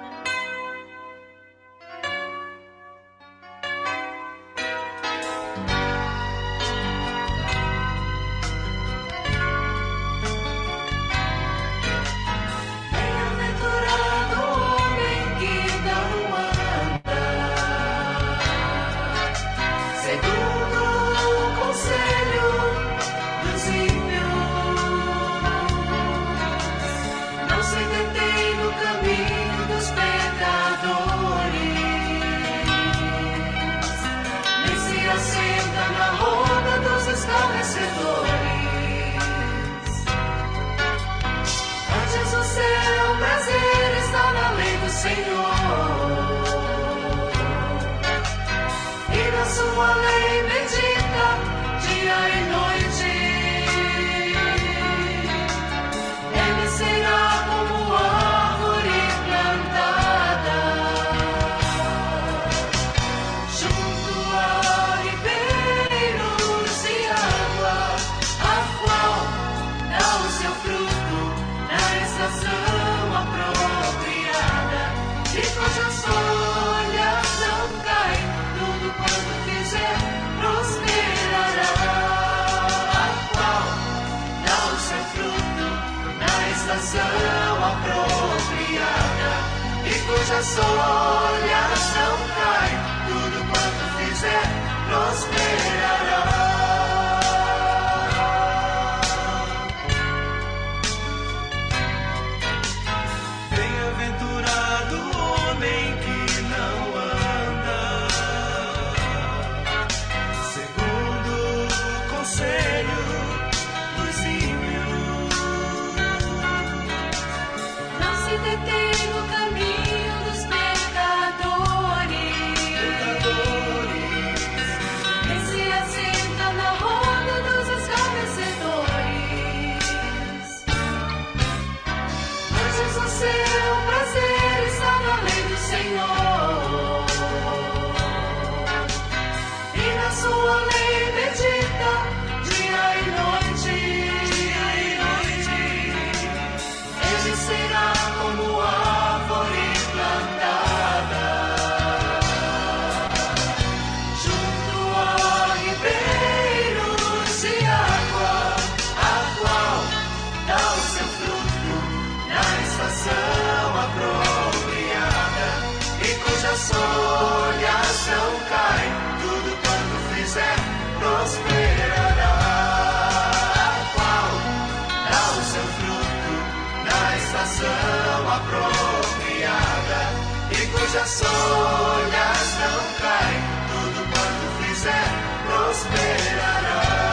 Sua lei medita dia e noite. Ele será como árvore plantada junto a ribeiros de água, a qual dá o seu fruto na estação apropriada, e cuja folha não cai, tudo quanto prosperará, a qual dá o seu fruto na estação apropriada, e cujas folhas não caem, tudo quanto fizer prosperará. Bem-aventurado o homem que não anda segundo o conselho dos ímpios, não se detém no caminho dos pecadores, nem se assenta na roda dos escarnecedores. Antes o seu prazer está na lei do Senhor, e na sua lei medita dia e noite. Ele será como árvore plantada junto a ribeiros de água, a qual dá o seu fruto na estação apropriada, e cujas folhas não caem, tudo quanto fizer prosperará, a qual dá o seu fruto na estação apropriada, e cujas folhas não caem, tudo quanto fizer prosperará.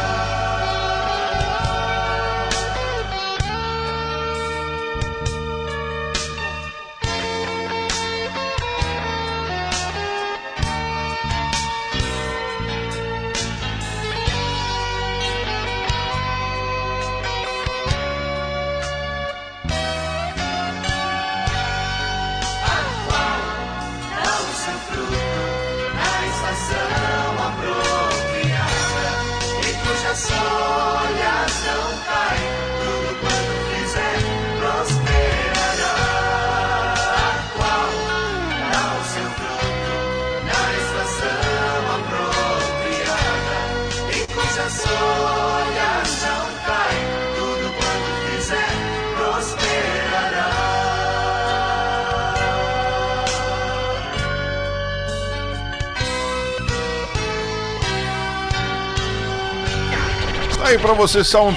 As folhas não caem, tudo quanto fizer prosperará, a qual dá o seu fruto na estação apropriada, e cujas folhas não caem, tudo quanto fizer prosperará. Aí pra você, Salmo 1,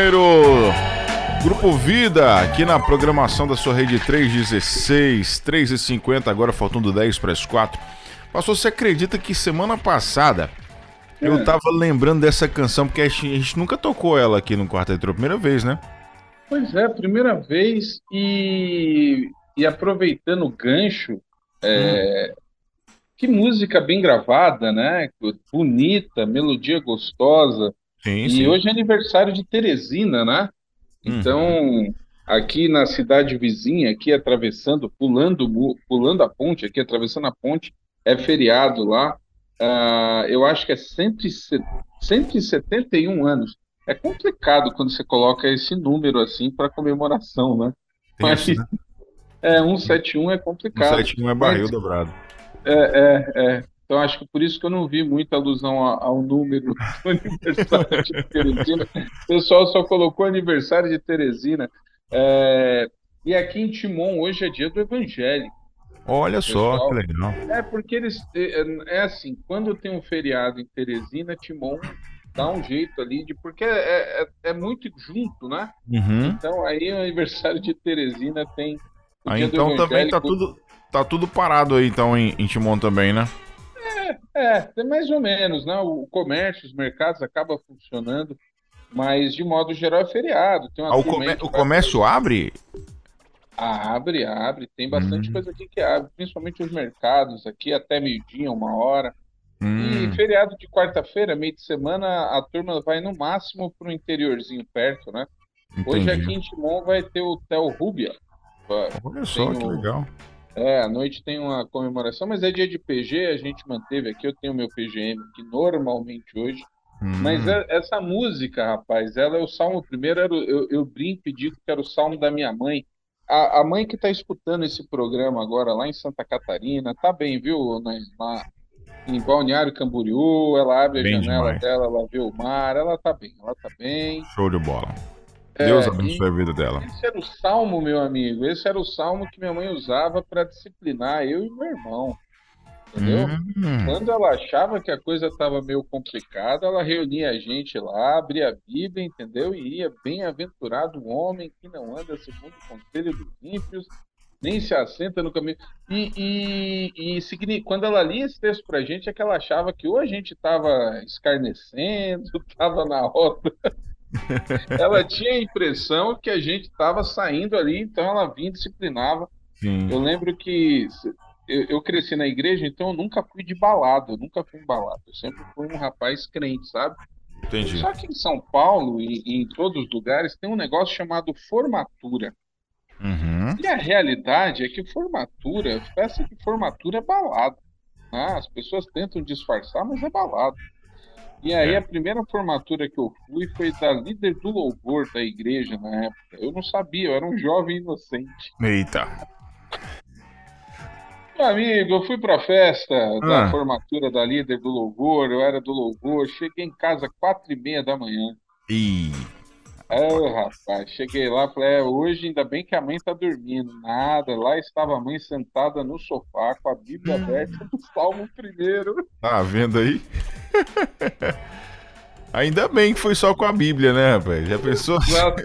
Grupo Vida, aqui na programação da sua rede 316, 3h50, agora faltando 10 para as 4. Pastor, você acredita que semana passada eu tava lembrando dessa canção, porque a gente nunca tocou ela aqui no Quarta Retrô, primeira vez, né? Pois é, primeira vez, e aproveitando o gancho, que música bem gravada, né? Bonita, melodia gostosa. Sim, E sim. hoje é aniversário de Teresina, né? Então, aqui na cidade vizinha, aqui atravessando, pulando a ponte, aqui atravessando a ponte, é feriado lá. Eu acho que é 171 anos. É complicado quando você coloca esse número assim para comemoração, né? Mas 171 é complicado. 171 é barril dobrado. Então acho que por isso que eu não vi muita alusão ao número do aniversário de Teresina. O pessoal só colocou aniversário de Teresina. E aqui em Timon hoje é dia do Evangelho. Olha só, que legal. Porque eles assim, quando tem um feriado em Teresina, Timon dá um jeito ali porque é muito junto, né? Então aí o aniversário de Teresina tem o dia então do também tá tudo parado aí então em Timon também, né? É mais ou menos, né? O comércio, os mercados acabam funcionando, mas de modo geral é feriado. Tem uma o comércio abre? Abre. Tem bastante coisa aqui que abre, principalmente os mercados aqui até meio-dia, 1h. E feriado de quarta-feira, meio de semana, a turma vai no máximo para o interiorzinho perto, né? Entendi. Hoje aqui em Timon vai ter o Tel Rubia. Olha só, que legal. À noite tem uma comemoração, mas é dia de PG, a gente manteve aqui, eu tenho meu PGM aqui normalmente hoje. Mas essa música, rapaz, ela é o Salmo primeiro, eu brinco e digo que era o Salmo da minha mãe. A mãe que está escutando esse programa agora lá em Santa Catarina, tá bem, viu? Lá em Balneário Camboriú, ela abre a janela dela, ela vê o mar, ela tá bem. Show de bola. Deus abençoe a vida dela. Esse era o salmo, meu amigo. Esse era o salmo que minha mãe usava para disciplinar eu e meu irmão. Entendeu? Quando ela achava que a coisa estava meio complicada, ela reunia a gente lá, abria a Bíblia, entendeu? E ia: bem-aventurado o homem que não anda segundo o conselho dos ímpios, nem se assenta no caminho. Quando ela lia esse texto pra gente, é que ela achava que ou a gente estava escarnecendo, estava na roda. Ela tinha a impressão que a gente estava saindo ali, então ela vinha e disciplinava. Eu lembro que eu cresci na igreja, então eu nunca fui de balada, eu sempre fui um rapaz crente, sabe? Entendi. Só que em São Paulo e em todos os lugares tem um negócio chamado formatura. E a realidade é que festa de formatura é balada, né? As pessoas tentam disfarçar, mas é balada. E aí a primeira formatura que eu fui foi da líder do louvor da igreja na época. Eu não sabia, eu era um jovem inocente. Eita. Meu amigo, eu fui pra festa da formatura da líder do louvor, eu era do louvor, cheguei em casa 4h30 da manhã. Rapaz, cheguei lá, falei: hoje ainda bem que a mãe tá dormindo. Nada, lá estava a mãe sentada no sofá com a Bíblia aberta do Salmo 1. Tá vendo aí? Ainda bem que foi só com a Bíblia, né, rapaz? Já pensou?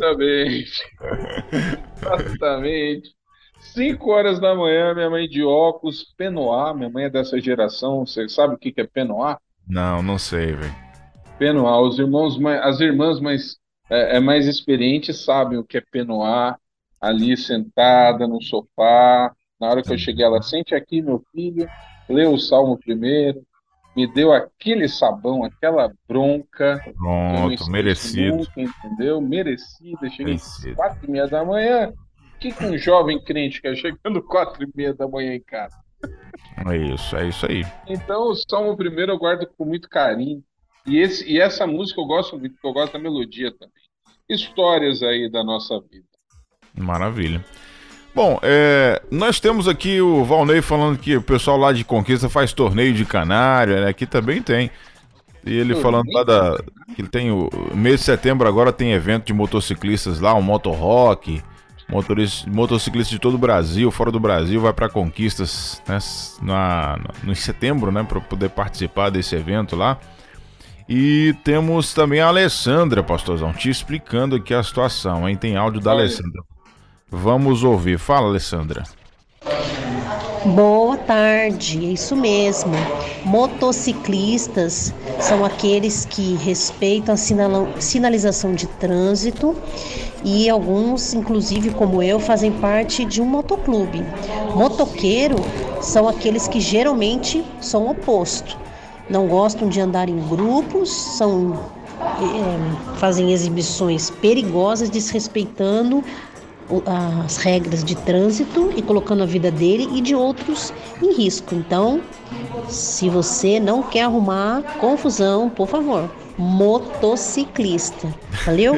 Exatamente. 5h da manhã, minha mãe de óculos, Penoir, minha mãe é dessa geração, você sabe o que é Penoir? Não sei, velho. Penoir, as irmãs mais experientes sabem o que é Penoir, ali sentada no sofá. Na hora que eu cheguei, ela: sente aqui, meu filho, lê o Salmo 1, me deu aquele sabão, aquela bronca. Pronto, merecido. Nunca, entendeu? Merecida. Cheguei 4h30 da manhã. O que um jovem crente quer chegando 4h30 da manhã em casa? É isso aí. Então o Salmo 1 eu guardo com muito carinho. E essa música eu gosto muito, porque eu gosto da melodia também. Histórias aí da nossa vida. Maravilha. Bom, nós temos aqui o Valnei falando que o pessoal lá de Conquista faz torneio de canário, né? Aqui também tem. E ele falando lá que ele tem o mês de setembro agora tem evento de motociclistas lá, um motorrock. Motociclistas de todo o Brasil, fora do Brasil, vai para Conquistas, né, no setembro, né, para poder participar desse evento lá. E temos também a Alessandra, pastorzão, te explicando aqui a situação, hein? Tem áudio da Alessandra. Vamos ouvir. Fala, Alessandra. Boa tarde, é isso mesmo. Motociclistas são aqueles que respeitam a sinalização de trânsito e alguns, inclusive como eu, fazem parte de um motoclube. Motoqueiro são aqueles que geralmente são o oposto. Não gostam de andar em grupos, são fazem exibições perigosas, desrespeitando as regras de trânsito e colocando a vida dele e de outros em risco. Então, se você não quer arrumar confusão, por favor, motociclista. Valeu?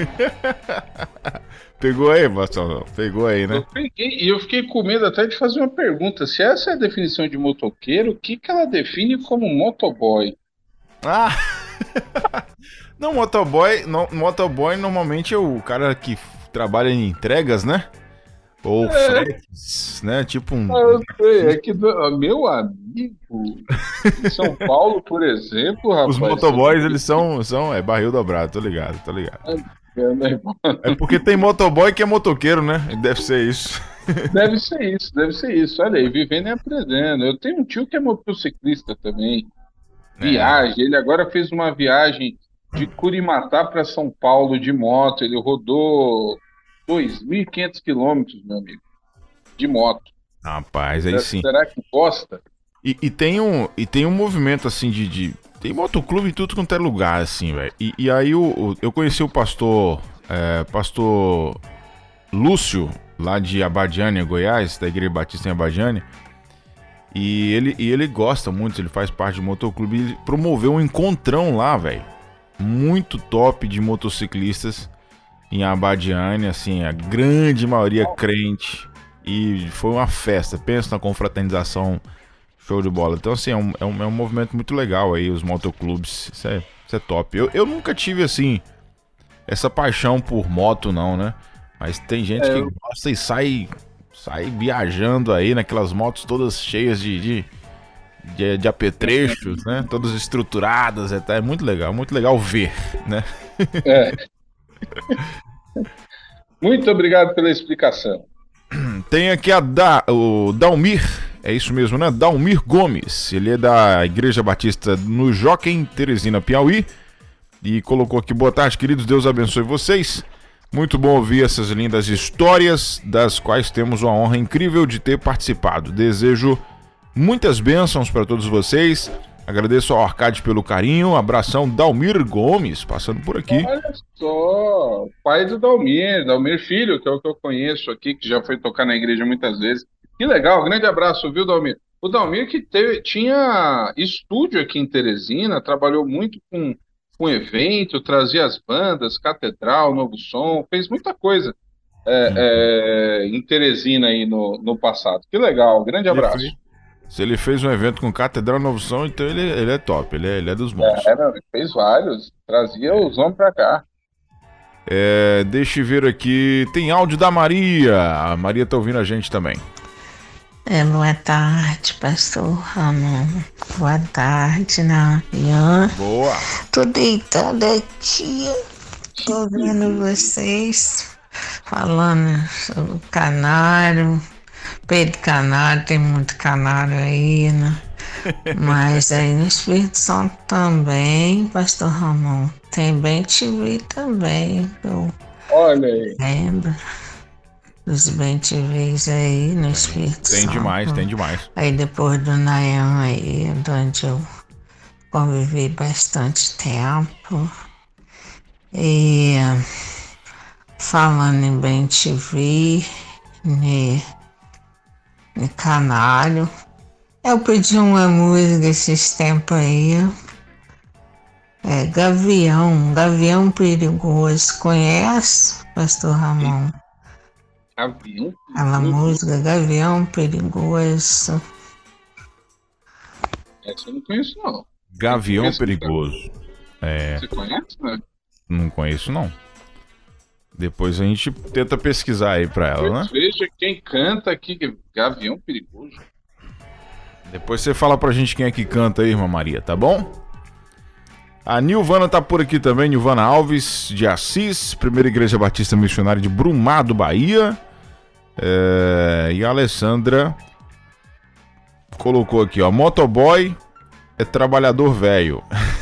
Pegou aí, Bastão? Pegou aí, né? Eu peguei, e eu fiquei com medo até de fazer uma pergunta. Se essa é a definição de motoqueiro, o que ela define como motoboy? Ah! Não, motoboy normalmente é o cara que trabalha em entregas, né? Ou fretes, né? Tipo um... Eu sei, é que meu amigo em São Paulo, por exemplo, rapaz... Os motoboys, eles são barril dobrado, tô ligado. É porque tem motoboy que é motoqueiro, né? Deve ser isso. Deve ser isso. Olha aí, vivendo e aprendendo. Eu tenho um tio que é motociclista também. Viagem, ele agora fez uma viagem de Curimatá para São Paulo de moto. Ele rodou 2.500 quilômetros, meu amigo, de moto. Rapaz, aí sim. Será que gosta? E tem um movimento assim tem motoclube em tudo quanto é lugar, assim, velho. E aí eu conheci o pastor Lúcio, lá de Abadiânia, Goiás, da Igreja Batista em Abadiânia. E ele gosta muito, ele faz parte do motoclube. Ele promoveu um encontrão lá, velho, muito top de motociclistas em Abadiânia, assim, a grande maioria crente. E foi uma festa, pensa na confraternização, show de bola. Então, assim, é um movimento muito legal aí, os motoclubes, isso é top. Eu nunca tive, assim, essa paixão por moto, não, né? Mas tem gente que gosta e sai viajando aí naquelas motos todas cheias de apetrechos, né? Todas estruturadas, é muito legal ver, né? Muito obrigado pela explicação. Tem aqui o Dalmir, é isso mesmo, né? Dalmir Gomes, ele é da Igreja Batista no Joquem, Teresina, Piauí, e colocou aqui: boa tarde, queridos, Deus abençoe vocês. Muito bom ouvir essas lindas histórias, das quais temos uma honra incrível de ter participado. Desejo muitas bênçãos para todos vocês. Agradeço ao Arcade pelo carinho. Abração, Dalmir Gomes, passando por aqui. Olha só, pai do Dalmir Filho, que é o que eu conheço aqui, que já foi tocar na igreja muitas vezes. Que legal, grande abraço, viu, Dalmir? O Dalmir que tinha estúdio aqui em Teresina, trabalhou muito com evento, trazia as bandas, Catedral, Novo Som, fez muita coisa em Teresina aí no passado. Que legal, grande abraço. Se ele fez um evento com Catedral, Novo Som, então ele é top, ele é dos bons. Ele fez vários, trazia os homens pra cá. Deixa eu ver aqui, tem áudio da Maria. A Maria tá ouvindo a gente também. Boa tarde, pastor Ramon. Boa tarde, Ian. Boa. Tô deitada aqui, tô vendo vocês falando sobre o canário, Pedro Canário, tem muito canário aí, né? Mas aí no Espírito Santo também, pastor Ramon, tem bem TV também, eu lembro. Os bem-te-vês aí no Espírito Santo. Tem demais. Aí depois do Nayan aí, onde eu convivi bastante tempo. E falando em bem-te-ver, no canário, eu pedi uma música esses tempos aí. Gavião Perigoso. Conhece, pastor Ramon? Gavião? Aquela música Gavião Perigoso. Essa eu não conheço, não. Gavião Perigoso. Você conhece, né? Não conheço, não. Depois a gente tenta pesquisar aí pra ela, né? Veja quem canta aqui, Gavião Perigoso. Depois você fala pra gente quem é que canta aí, irmã Maria, tá bom? A Nilvana tá por aqui também, Nilvana Alves, de Assis, Primeira Igreja Batista Missionária de Brumado, Bahia. E a Alessandra colocou aqui, ó: motoboy é trabalhador velho.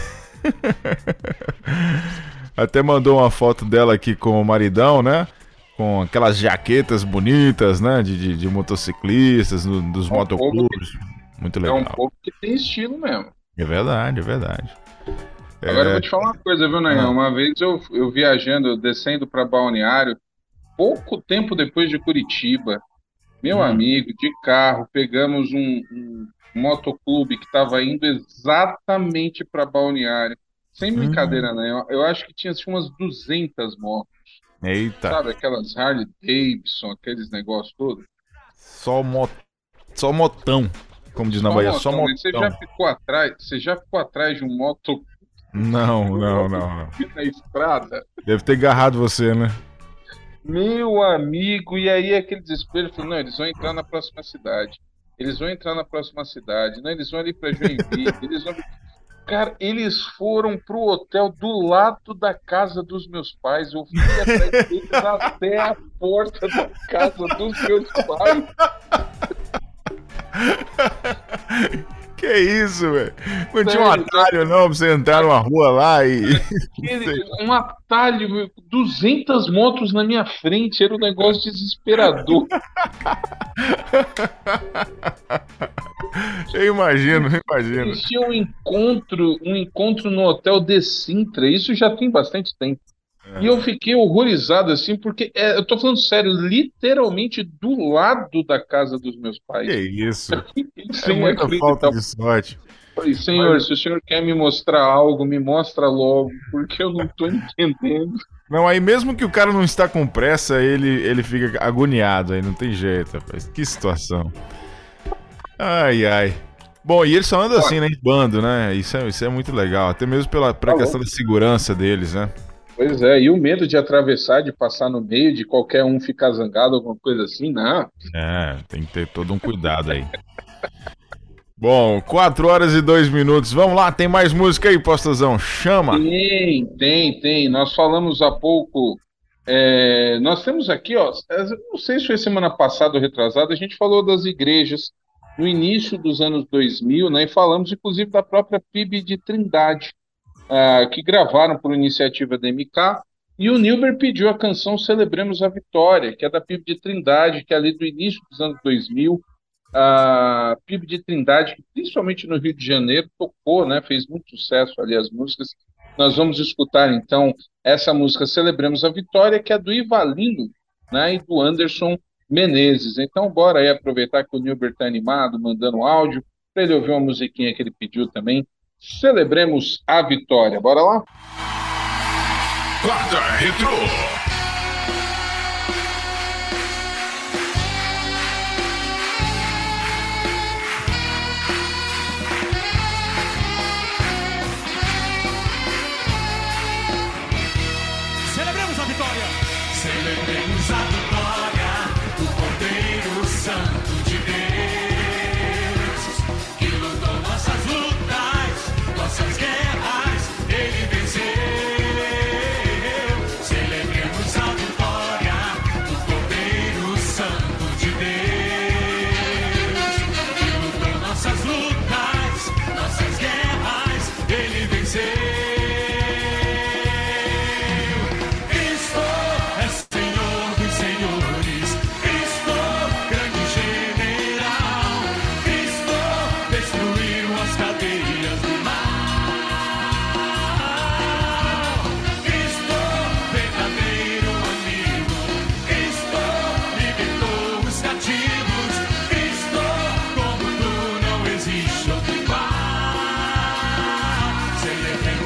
Até mandou uma foto dela aqui com o maridão, né? Com aquelas jaquetas bonitas, né? De motociclistas, dos motoclubes. Muito legal. É um povo que tem estilo mesmo. É verdade. Agora eu vou te falar uma coisa, viu, Nayan? Uma vez eu viajando, descendo para Balneário, pouco tempo depois de Curitiba, meu amigo, de carro, pegamos um motoclube que estava indo exatamente para Balneário. Sem brincadeira, né? Eu acho que tinha assim, umas 200 motos. Eita. Sabe, aquelas Harley Davidson, aqueles negócios todos. Só motão, como diz na Bahia, só motão. Você já ficou atrás de um moto? Não. Na estrada? Deve ter agarrado você, né? Meu amigo, e aí aquele desespero, falou, não, eles vão entrar na próxima cidade. Não, eles vão ali pra Joinville, Cara, eles foram pro hotel do lado da casa dos meus pais. Eu fui atrás deles até a porta da casa dos meus pais. Que isso, velho? Não tinha um atalho não pra você entrar numa rua lá e... Um atalho, 200 motos na minha frente, era um negócio desesperador. Eu imagino. Eles tinham um encontro no hotel de Sintra, isso já tem bastante tempo. E eu fiquei horrorizado, assim, porque, eu tô falando sério, literalmente do lado da casa dos meus pais. Que isso? É muita falta de sorte. Falei, senhor, se o senhor quer me mostrar algo, me mostra logo, porque eu não tô entendendo. Não, aí mesmo que o cara não está com pressa, ele fica agoniado, aí não tem jeito, rapaz. Que situação. Ai. Bom, e eles só andam assim, né, em bando, né? Isso é muito legal, até mesmo pra questão da segurança deles, né? Pois é, e o medo de atravessar, de passar no meio, de qualquer um ficar zangado, alguma coisa assim, não. Tem que ter todo um cuidado aí. Bom, 4h02. Vamos lá, tem mais música aí, Pastorzão? Chama! Tem. Nós falamos há pouco. Nós temos aqui, ó. Não sei se foi semana passada ou retrasada, a gente falou das igrejas no início dos anos 2000, né? E falamos, inclusive, da própria PIB de Trindade, que gravaram por iniciativa da MK. E o Nilber pediu a canção Celebremos a Vitória, que é da PIB de Trindade, que é ali do início dos anos 2000. A PIB de Trindade, principalmente no Rio de Janeiro, tocou, né, fez muito sucesso ali as músicas. Nós vamos escutar então essa música Celebremos a Vitória, que é do Ivalino, né, e do Anderson Menezes. Então bora aí aproveitar que o Nilber está animado, mandando áudio, para ele ouvir uma musiquinha que ele pediu também. Celebremos a Vitória. Bora lá? Quarta Retrô. Celebremos a vitória! Celebremos a vitória do Cordeiro Santo de Deus, que lutou nossas lutas, nossas guerras, ele venceu. Celebremos a vitória do Cordeiro Santo de Deus, que lutou nossas lutas, nossas guerras, ele venceu. Celebremos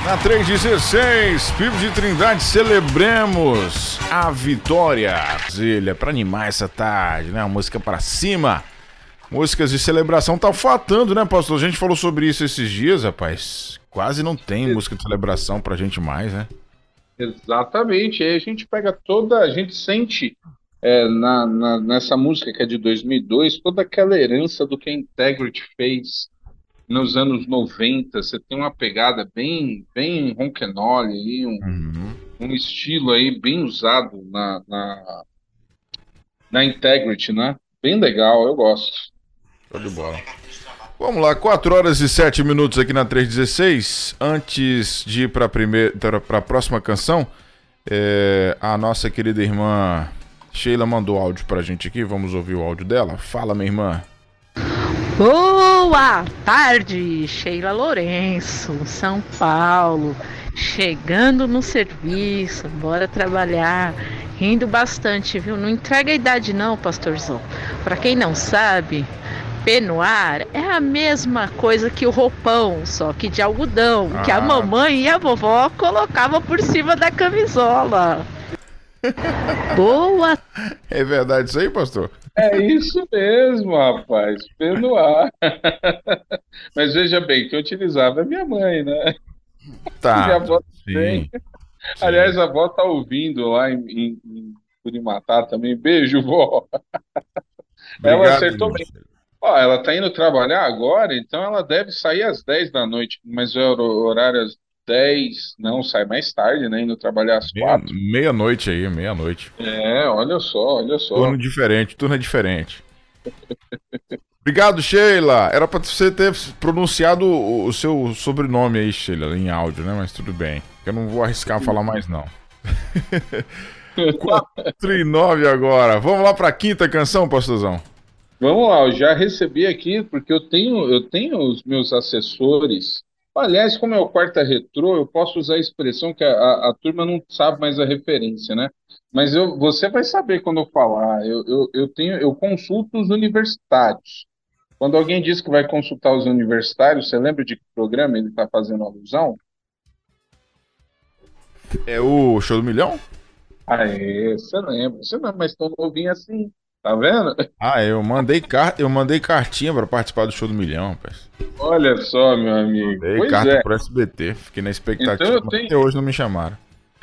Na 316, Pio de Trindade, celebremos a vitória. Brasília, para animar essa tarde, né? A música para cima. Músicas de celebração tá faltando, né, pastor? A gente falou sobre isso esses dias, rapaz. Quase não tem música de celebração pra gente mais, né? Exatamente. Aí a gente pega a gente sente nessa música que é de 2002, toda aquela herança do que a Integrity fez nos anos 90. Você tem uma pegada bem rock'n'roll aí, um estilo aí bem usado na Integrity, né? Bem legal, eu gosto. Show de bola. Vamos lá, 4 horas e 7 minutos aqui na 316. Antes de ir para a próxima canção, a nossa querida irmã Sheila mandou áudio pra gente aqui. Vamos ouvir o áudio dela. Fala, minha irmã. Boa tarde, Sheila Lourenço, São Paulo, chegando no serviço, bora trabalhar, rindo bastante, viu? Não entrega a idade não, pastorzão. Pra quem não sabe, penuar é a mesma coisa que o roupão, só que de algodão, que a mamãe e a vovó colocavam por cima da camisola. Boa! É verdade isso aí, pastor? É isso mesmo, rapaz, penuar. Mas veja bem, quem utilizava é minha mãe, né? Tá. Minha avó Sim. Aliás, a avó tá ouvindo lá em Curimatá também. Beijo, vó. Obrigado, Ela acertou irmão. bem. Ó, ela tá indo trabalhar agora, então ela deve sair às 10 da noite, mas é o horário às 10, não, sai mais tarde, né? Indo trabalhar às 4. Meia-noite aí, meia-noite. Olha só, olha só. Turno é diferente. Obrigado, Sheila. Era pra você ter pronunciado o seu sobrenome aí, Sheila, em áudio, né? Mas tudo bem. Eu não vou arriscar falar mais, não. 4:09 agora. Vamos lá pra quinta canção, pastorzão. Vamos lá, eu já recebi aqui, porque eu tenho os meus assessores. Aliás, como é o Quarta Retrô, eu posso usar a expressão que a turma não sabe mais a referência, né? Mas você vai saber quando eu falar. Eu consulto os universitários. Quando alguém diz que vai consultar os universitários, você lembra de que programa ele está fazendo alusão? É o Show do Milhão? Aê, você lembra. Você não é mais tão novinho assim, tá vendo? Eu mandei cartinha pra participar do Show do Milhão, rapaz. Olha só, meu amigo. Mandei Pois carta é. pro SBT, fiquei na expectativa, Então mas até hoje não me chamaram.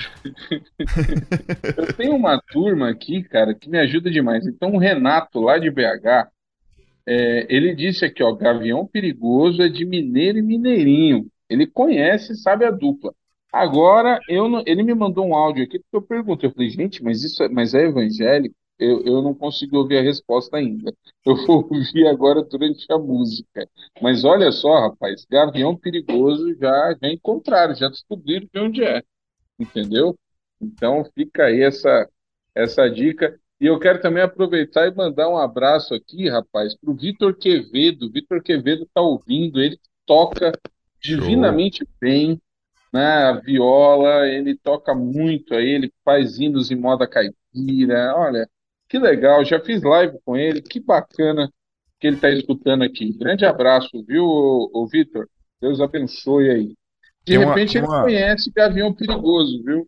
Eu tenho uma turma aqui, cara, que me ajuda demais. Então, o Renato, lá de BH, ele disse aqui, ó, Gavião Perigoso é de Mineiro e Mineirinho. Ele conhece, sabe a dupla. Agora, ele me mandou um áudio aqui, porque eu perguntei, eu falei, gente, mas é evangélico? Eu não consigo ouvir a resposta ainda. Eu vou ouvir agora durante a música. Mas olha só, rapaz, Gavião Perigoso já encontraram, já descobriram de onde é. Entendeu? Então fica aí essa dica. E eu quero também aproveitar e mandar um abraço aqui, rapaz, para o Vitor Quevedo. Vitor Quevedo está ouvindo, ele toca divinamente bem, né? A viola, ele toca muito aí, ele faz hinos em moda caipira. Olha, que legal, já fiz live com ele, que bacana que ele está escutando aqui. Grande abraço, viu, ô Vitor? Deus abençoe aí. De repente ele conhece Gavião Perigoso, viu?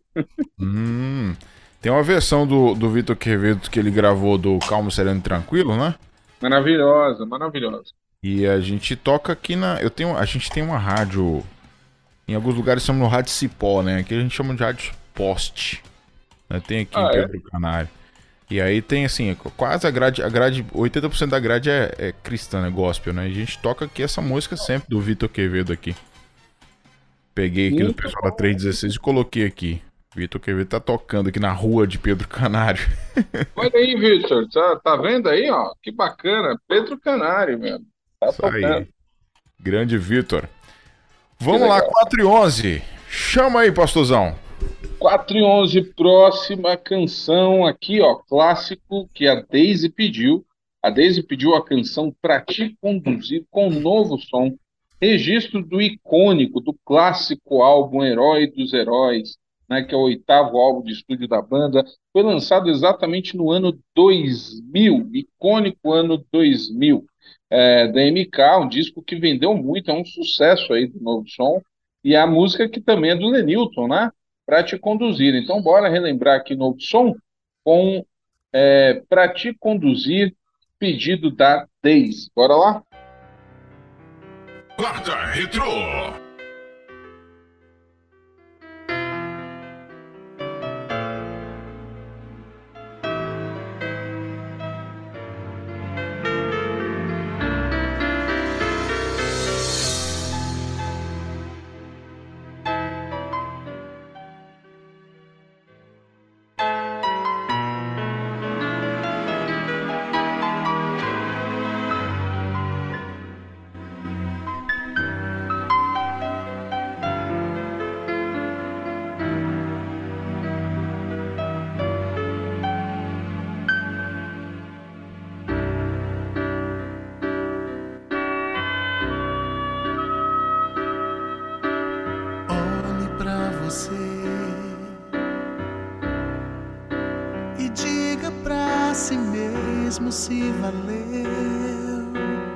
Tem uma versão do Vitor Quevedo que ele gravou do Calmo, Sereno e Tranquilo, né? Maravilhosa, maravilhosa. E a gente toca aqui a gente tem uma rádio. Em alguns lugares chamam no rádio Cipó, né? Aqui a gente chama de rádio poste. Né? Tem aqui em Pedro Canário. E aí tem assim, quase a grade 80% da grade é cristã, né? Gospel, né? E a gente toca aqui essa música sempre do Vitor Quevedo aqui. Peguei aqui do pessoal da 316 e coloquei aqui. Vitor Quevedo tá tocando aqui na rua de Pedro Canário. Olha aí, Vitor, tá vendo aí, ó? Que bacana, Pedro Canário mesmo. Tá isso tocando. Aí. Grande Vitor. Vamos lá, 4:11. Chama aí, pastorzão. 4:11, próxima canção aqui, ó, clássico que a Daisy pediu. A Daisy pediu a canção Pra Te Conduzir com um novo som. Registro do icônico, do clássico álbum Herói dos Heróis, né, que é o 8º álbum de estúdio da banda. Foi lançado exatamente no ano 2000, icônico ano 2000. Da MK, um disco que vendeu muito, é um sucesso aí do novo som. E a música que também é do Lenilton, né? Pra Te Conduzir. Então, bora relembrar aqui no som com Pra Te Conduzir, pedido da Deise. Bora lá? Quarta Retrô. E diga pra si mesmo se valeu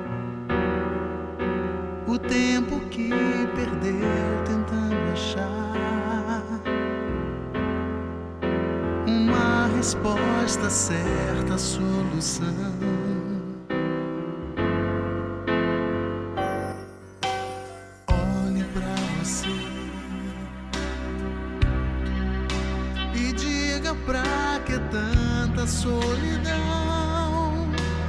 o tempo que perdeu tentando achar uma resposta certa, solução. Olhe pra você e diga pra que tanta solidão,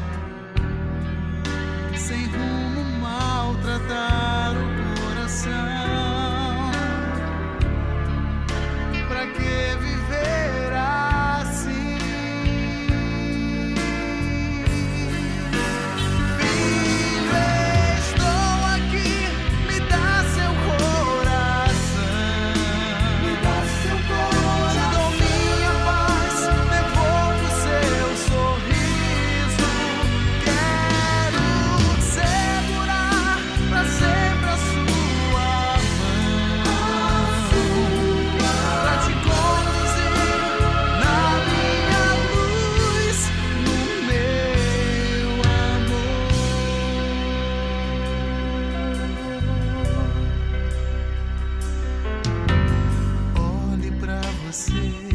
sem rumo, maltratar o coração. Pra que viver assim? Filho, estou aqui, me dá seu coração, me dá seu coração. Te dou minha paz, devolvo seu sorriso. Quero segurar pra sempre a sua mão, pra te conduzir na minha luz, no meu amor. Olhe pra você,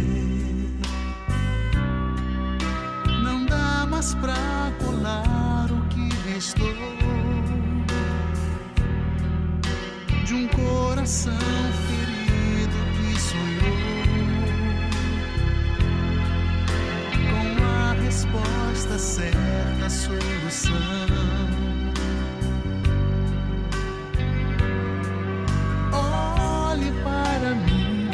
não dá mais pra colar o que restou de um coração ferido que sonhou com a resposta certa, a solução. Olhe para mim,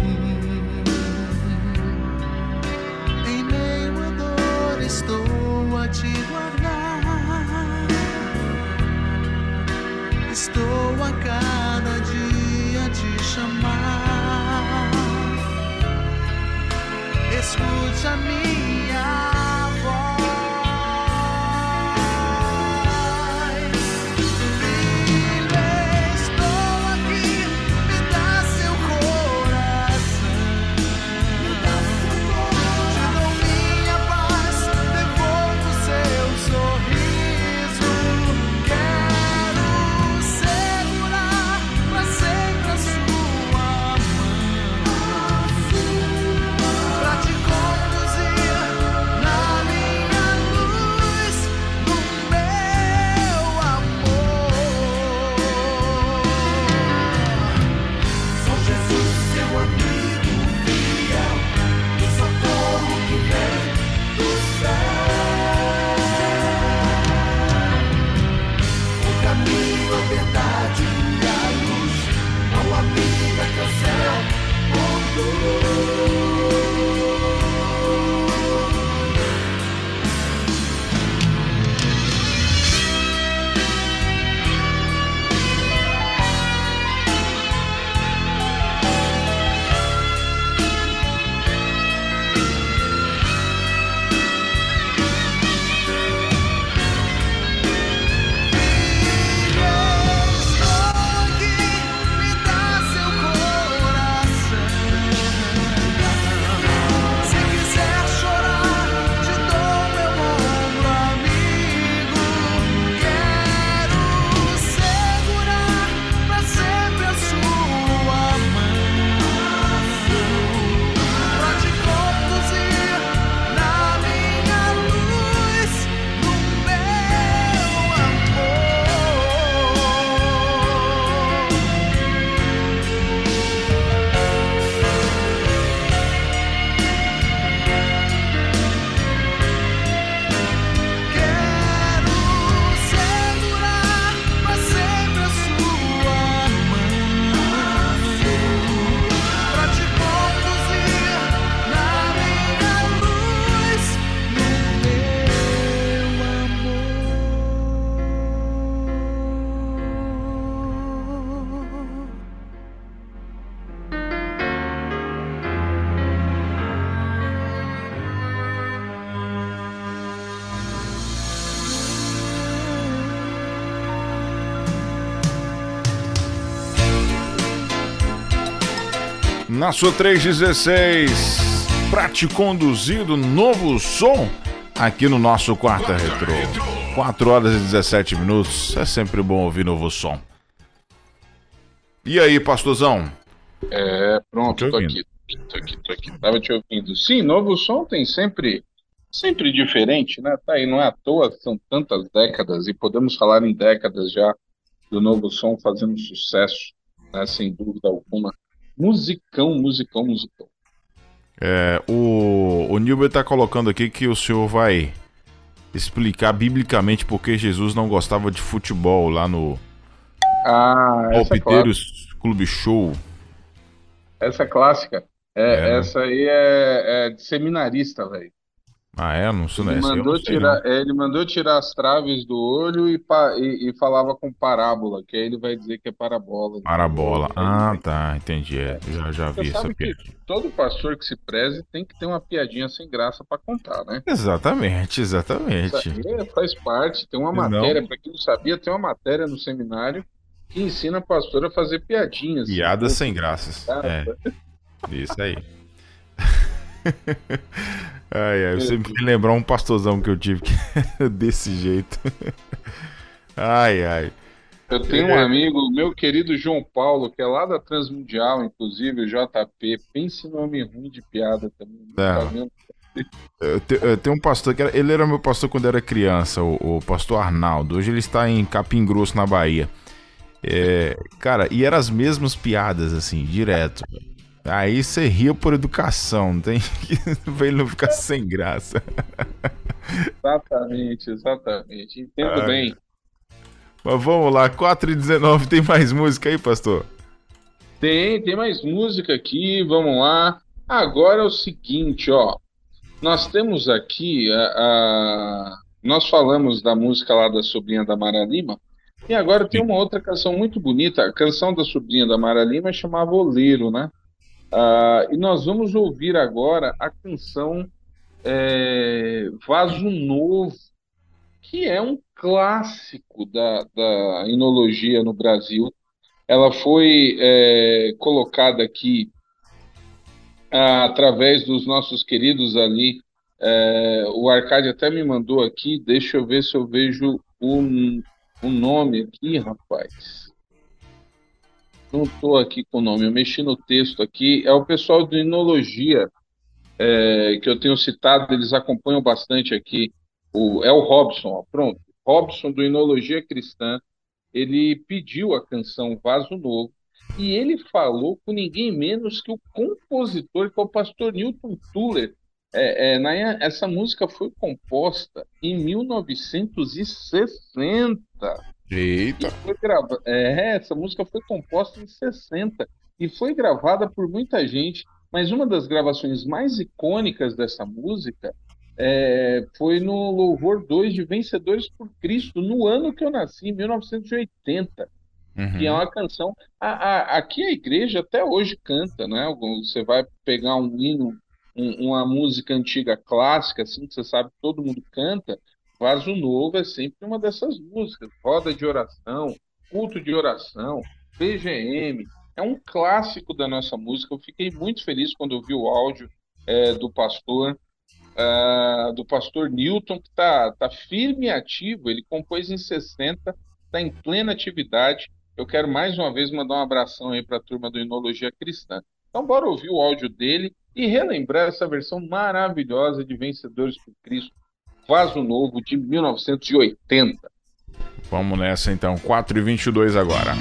em meio à dor estou a te guardar. Estou a cada dia te chamar. Escute a minha voz. Filho, estou aqui, me dá seu coração, me dá seu coração. Te dou minha paz, devolvo seu sorriso. Quero segurar pra sempre a sua mão, pra te conduzir na minha luz, no meu amor. Sou Jesus, seu amigo fiel, o socorro que vem do céu, o caminho, a verdade e a luz, não há vida que ao céu conduz. Estou aqui, me dá seu coração, na sua 316, pra te conduzir do novo som aqui no nosso Quarta Retrô. 4 horas e 17 minutos, é sempre bom ouvir novo som. E aí, pastorzão? Pronto, tô aqui. Tava te ouvindo. Sim, novo som tem sempre diferente, né? Tá aí, não é à toa, são tantas décadas, e podemos falar em décadas já do novo som fazendo sucesso, né? Sem dúvida alguma. Musicão. O Nilber tá colocando aqui que o senhor vai explicar biblicamente por que Jesus não gostava de futebol lá no Palpiteiros Clube Show. Essa é clássica. Essa aí é de seminarista, velho. Não sou Ele mandou tirar as traves do olho e falava com parábola, que aí ele vai dizer que é parabola. Parabola. Tá, entendi. Já vi essa piada. Todo pastor que se preze tem que ter uma piadinha sem graça pra contar, né? Exatamente. Isso aí faz parte. Tem uma matéria, pra quem não sabia, tem uma matéria no seminário que ensina a pastora a fazer piadinhas. Piadas sem graças. Isso aí. Eu sempre me lembrar um pastorzão que eu tive que desse jeito. Eu tenho um amigo, meu querido João Paulo, que é lá da Transmundial, inclusive, o JP. Pense em nome ruim de piada também. Eu tenho um pastor que ele era meu pastor quando era criança, o pastor Arnaldo. Hoje ele está em Capim Grosso, na Bahia. Cara, e eram as mesmas piadas, assim, direto. Aí você ria por educação, não tem pra ele não ficar sem graça. Exatamente. Entendo bem. Mas vamos lá, 4h19, tem mais música aí, pastor? Tem mais música aqui, vamos lá. Agora é o seguinte, ó. Nós temos aqui, nós falamos da música lá da sobrinha da Mara Lima, e agora tem uma outra canção muito bonita. A canção da sobrinha da Mara Lima chamava Oleiro, né? E nós vamos ouvir agora a canção Vaso Novo, que é um clássico da enologia no Brasil. Ela foi colocada aqui através dos nossos queridos ali. O Arcade até me mandou aqui, deixa eu ver se eu vejo o nome aqui, rapaz. Não estou aqui com o nome, eu mexi no texto aqui. É o pessoal do Enologia, que eu tenho citado, eles acompanham bastante aqui. É o Robson, ó, pronto. Robson, do Enologia Cristã, ele pediu a canção Vaso Novo, e ele falou com ninguém menos que o compositor, que é o pastor Newton Tuller. Essa música foi composta em 1960. Eita! Essa música foi composta em 60 e foi gravada por muita gente, mas uma das gravações mais icônicas dessa música foi no Louvor 2 de Vencedores por Cristo, no ano que eu nasci, em 1980, que é uma canção... Aqui a igreja até hoje canta, né? Você vai pegar um hino, uma música antiga clássica, assim, que você sabe que todo mundo canta. Vaso Novo é sempre uma dessas músicas. Roda de oração, culto de oração, PGM. É um clássico da nossa música. Eu fiquei muito feliz quando eu vi o áudio do pastor Newton, que tá firme e ativo. Ele compôs em 60, está em plena atividade. Eu quero mais uma vez mandar um abração aí para a turma do Enologia Cristã. Então bora ouvir o áudio dele e relembrar essa versão maravilhosa de Vencedores por Cristo, Vaso Novo, de 1980. Vamos nessa então, 4h22 agora.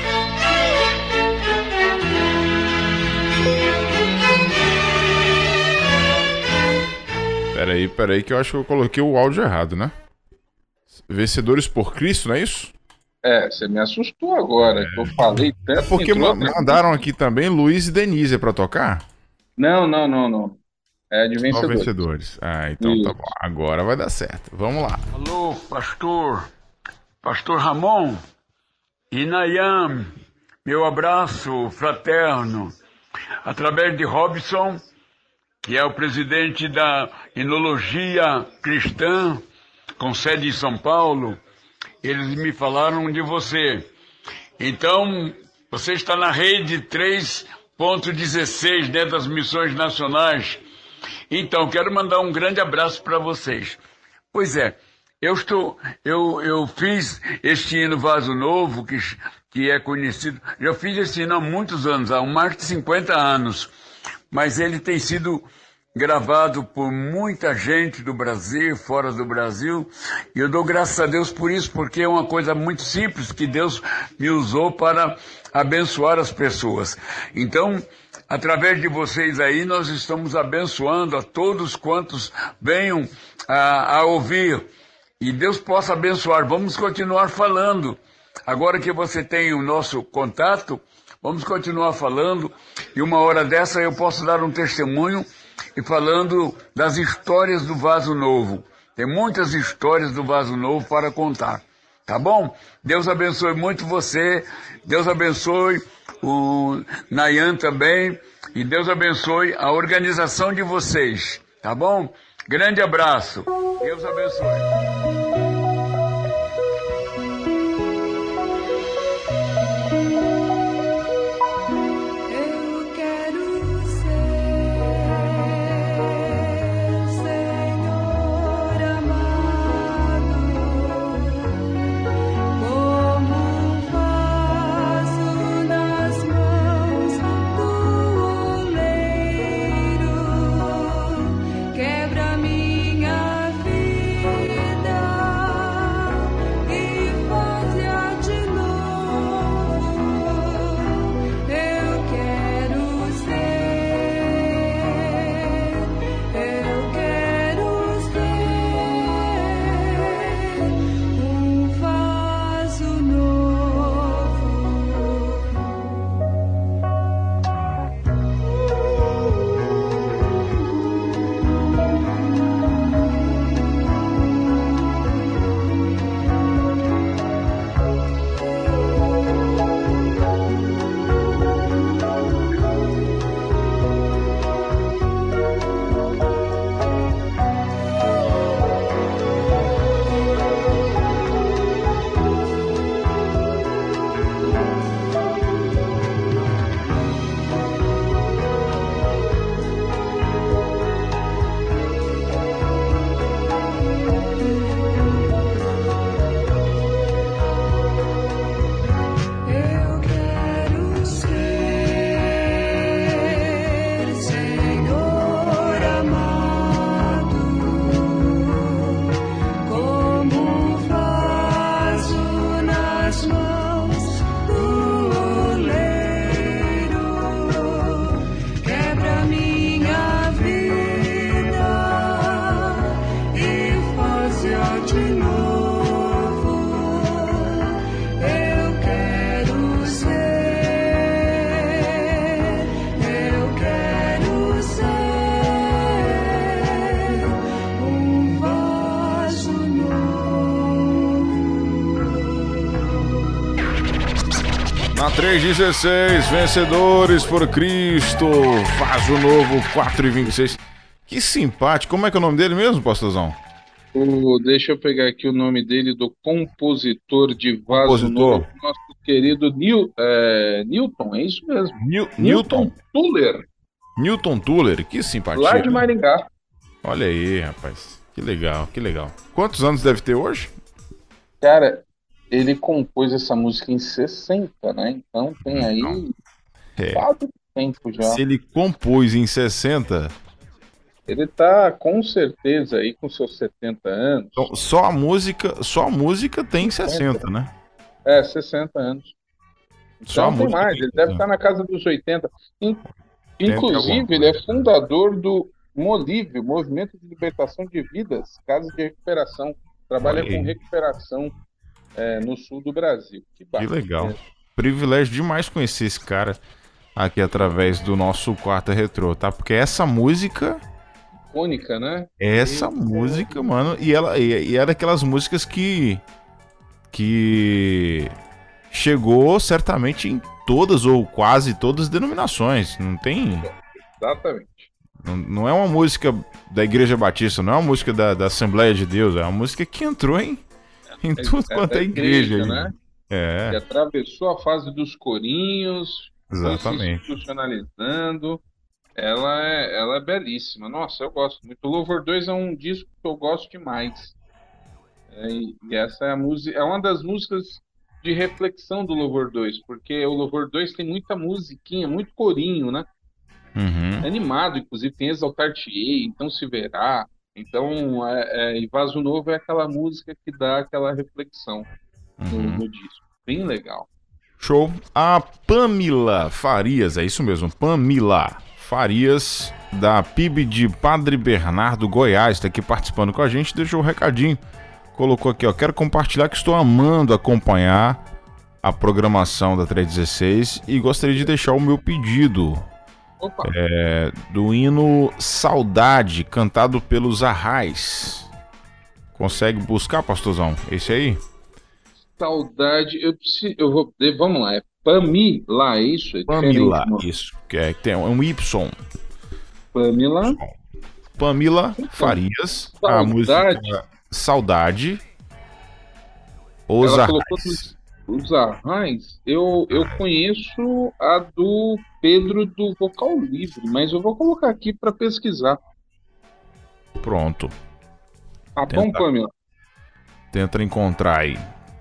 Peraí que eu acho que eu coloquei o áudio errado, né? Vencedores por Cristo, não é isso? Você me assustou agora, que eu falei tanto. Porque mandaram aqui também Luiz e Denise pra tocar? Não. É de Vencedores. Vencedores. Então isso. Tá bom. Agora vai dar certo. Vamos lá. Alô, Pastor Ramon e Nayam, meu abraço fraterno, através de Robson, que é o presidente da Enologia Cristã, com sede em São Paulo. Eles me falaram de você. Então, você está na rede 3 ponto 16, né, das missões nacionais. Então, quero mandar um grande abraço para vocês. Pois é, eu fiz este hino Vaso Novo, que é conhecido, já fiz esse hino há muitos anos, há mais de 50 anos, mas ele tem sido gravado por muita gente do Brasil, fora do Brasil, e eu dou graças a Deus por isso, porque é uma coisa muito simples que Deus me usou para abençoar as pessoas. Então, através de vocês aí, nós estamos abençoando a todos quantos venham a ouvir, e Deus possa abençoar. Vamos continuar falando. Agora que você tem o nosso contato, vamos continuar falando, e uma hora dessa eu posso dar um testemunho e falando das histórias do Vaso Novo. Tem muitas histórias do Vaso Novo para contar, tá bom? Deus abençoe muito você, Deus abençoe o Nayan também, e Deus abençoe a organização de vocês, tá bom? Grande abraço, Deus abençoe. Quebra minha vida. Na 316, Vencedores por Cristo, Vaso Novo 4:26. Que simpático. Como é que é o nome dele mesmo, pastorzão? Deixa eu pegar aqui o nome dele, do compositor de Vaso Novo, nosso querido Newton, é isso mesmo. Newton Tuller. Newton Tuller, que simpatia. Lá de Maringá. Olha aí, rapaz. Que legal, que legal. Quantos anos deve ter hoje? Cara, ele compôs essa música em 60, né? Então tem aí quase tempo já. Se ele compôs em 60... Ele tá com certeza aí com seus 70 anos. Então, só a música tem 60, né? 60 anos. Então só a tem música mais, ele deve estar na casa dos 80. Inclusive, ele é fundador do MOLIVE, Movimento de Libertação de Vidas, Casa de Recuperação. Trabalha com recuperação no sul do Brasil. Que legal. Privilégio demais conhecer esse cara aqui através do nosso Quarta Retrô, tá? Porque essa música... icônica, né? Essa música, mano, e é daquelas músicas que chegou certamente em todas ou quase todas as denominações, não tem... Exatamente. Não é uma música da Igreja Batista, não é uma música da Assembleia de Deus, é uma música que entrou em tudo quanto é igreja, né? É. Que atravessou a fase dos corinhos, foi se Exatamente. institucionalizando. Ela é belíssima. Nossa, eu gosto muito. O Louvor 2 é um disco que eu gosto demais. E essa é a música, é uma das músicas de reflexão do Louvor 2, porque o Louvor 2 tem muita musiquinha, muito corinho, né? É animado, inclusive tem Exaltar-te-ei, Então se verá. Então, e Vaso Novo é aquela música que dá aquela reflexão no disco. Bem legal. Show. A Pamila Farias, é isso mesmo, Pamila Farias, da PIB de Padre Bernardo, Goiás, está aqui participando com a gente, deixou um recadinho. Colocou aqui, ó, quero compartilhar que estou amando acompanhar a programação da 316 e gostaria de deixar o meu pedido do hino Saudade, cantado pelos Arrais. Consegue buscar, pastorzão? Esse aí? Saudade, vamos lá, é Pamila, é isso? É Pamila, isso, que tem um Y. Pamila Farias, a música Saudade. Os Arrais. Os Arrais, eu conheço a do Pedro do Vocal Livre, mas eu vou colocar aqui para pesquisar. Pronto. Tá bom, Pamela? Tenta encontrar aí.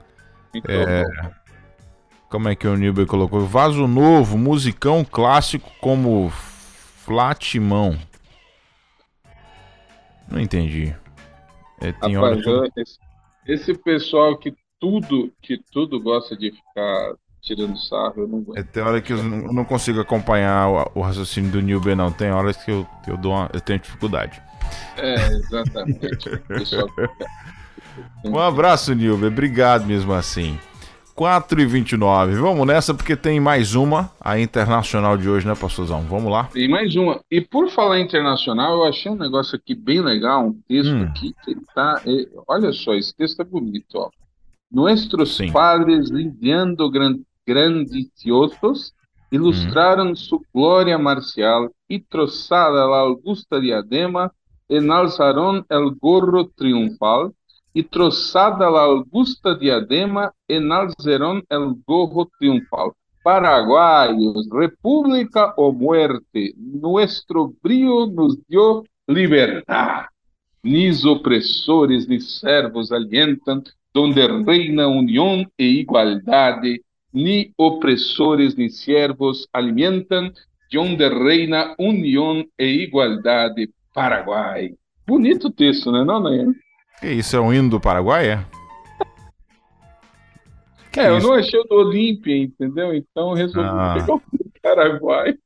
Como é que o Nilber colocou? Vaso Novo, musicão clássico como Flatimão. Não entendi. Tem Rapaz, esse pessoal que tudo gosta de ficar tirando sarro, eu não aguento. Tem hora que eu não consigo acompanhar o raciocínio do Nilber, não. Tem horas que eu tenho dificuldade. Exatamente. Um abraço, Nilber. Obrigado mesmo assim. 4h29. Vamos nessa porque tem mais uma, a internacional de hoje, né, pastorzão? Vamos lá. Tem mais uma. E por falar internacional, eu achei um negócio aqui bem legal, um texto aqui que tá... olha só, esse texto é bonito, ó. Nuestros padres lidiando grandiosos ilustraram su gloria marcial y trozada la augusta diadema enalzaron el gorro triunfal y trozada la augusta diadema enalzaron el gorro triunfal. Paraguayos, república o muerte, nuestro brío nos dio libertad. Ni opresores ni servos alientan, donde reina unión e igualdade, ni opresores ni servos alimentam, donde reina união e igualdade. Paraguai. Bonito texto, né, não, Nayan? Que isso, é um hino do Paraguai, é? Eu não achei o do Olímpia, entendeu? Então eu resolvi pegar o do Paraguai.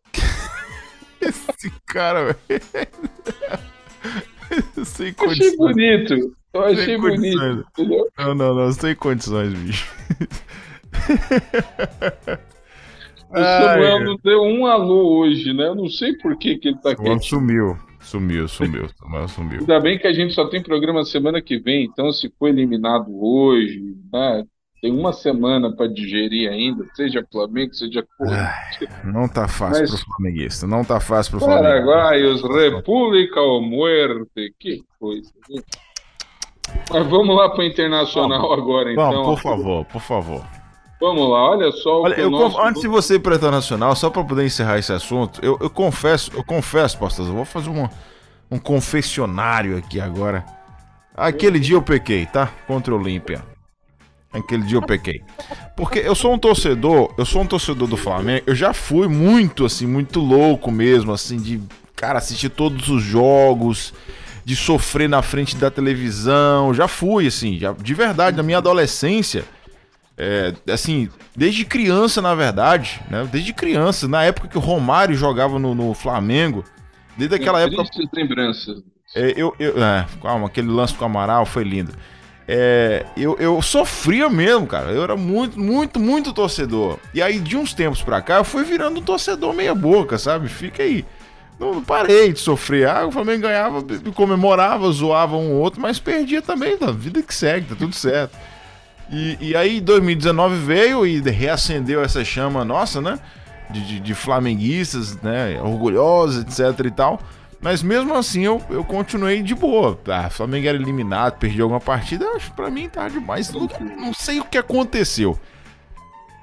Esse cara, velho. Achei bonito. Eu achei bonito, entendeu? Não, sem condições, bicho. O Samuel não deu um alô hoje, né? Eu não sei por que ele tá aqui. Sumiu. Samuel sumiu. Ainda bem que a gente só tem programa semana que vem, então se for eliminado hoje, né? Tem uma semana para digerir ainda, seja Flamengo, seja Corinthians. Não tá fácil pro flamenguista, não tá fácil pro Flamengo. Paraguaios, República ou Muerte, que coisa. Mas vamos lá pro Internacional agora, então. Vamos, por favor. Vamos lá, olha só. Antes de você ir pro Internacional, só para poder encerrar esse assunto, eu confesso, pastor, eu vou fazer um confessionário aqui agora. Aquele dia eu pequei, tá? Contra o Olímpia. Aquele dia eu pequei. Porque eu sou um torcedor do Flamengo. Eu já fui muito louco mesmo, assim, de, cara, assistir todos os jogos, de sofrer na frente da televisão. Já fui, assim, de verdade, na minha adolescência. Assim, desde criança, na verdade, né? Desde criança, na época que o Romário jogava no Flamengo. Desde aquela época. Lembranças. Calma, aquele lance com o Amaral foi lindo. Eu sofria mesmo, cara. Eu era muito torcedor. E aí, de uns tempos pra cá, eu fui virando um torcedor meia boca, sabe? Fica aí. Não parei de sofrer. O Flamengo ganhava, comemorava, zoava um ou outro, mas perdia também. Tá? Vida que segue, tá tudo certo. E aí, 2019 veio e reacendeu essa chama nossa, né? De flamenguistas, né? Orgulhosos, etc e tal. Mas mesmo assim eu continuei de boa. O Flamengo era eliminado, perdi alguma partida, acho que pra mim tá demais. Não sei o que aconteceu.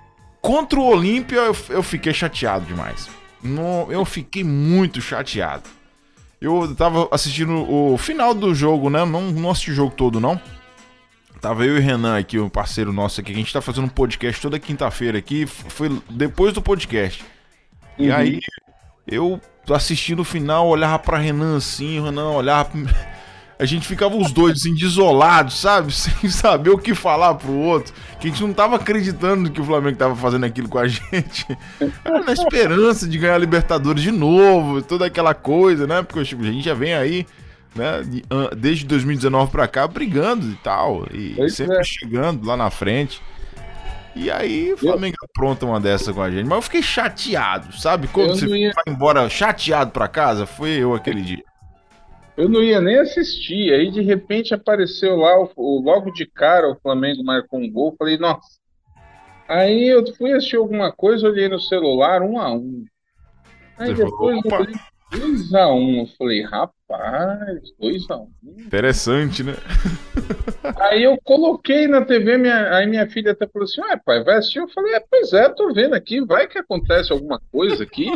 Contra o Olímpia, eu fiquei chateado demais. Eu fiquei muito chateado. Eu tava assistindo o final do jogo, né? Não assisti o jogo todo, não. Tava eu e o Renan aqui, um parceiro nosso aqui, que a gente tá fazendo um podcast toda quinta-feira aqui. Foi depois do podcast. E aí, eu assistindo o final, olhava pra Renan assim, o Renan olhava... A gente ficava os dois assim, desolados, sabe? Sem saber o que falar pro outro. Que a gente não tava acreditando que o Flamengo tava fazendo aquilo com a gente. Na esperança de ganhar a Libertadores de novo, toda aquela coisa, né? Porque tipo, a gente já vem aí, né? Desde 2019 pra cá, brigando e tal. E sempre chegando lá na frente. E aí o Flamengo apronta uma dessa com a gente. Mas eu fiquei chateado, sabe? Quando você vai embora chateado pra casa, foi eu aquele dia. Eu não ia nem assistir, aí de repente apareceu lá, logo de cara o Flamengo marcou um gol, falei, nossa. Aí eu fui assistir alguma coisa, olhei no celular, 1-1. Aí Você depois eu olhei 2-1, eu falei, rapaz, 2-1. Interessante, né? Aí eu coloquei na TV, aí minha filha até falou assim, pai, vai assistir? Eu falei, pois é, tô vendo aqui, vai que acontece alguma coisa aqui.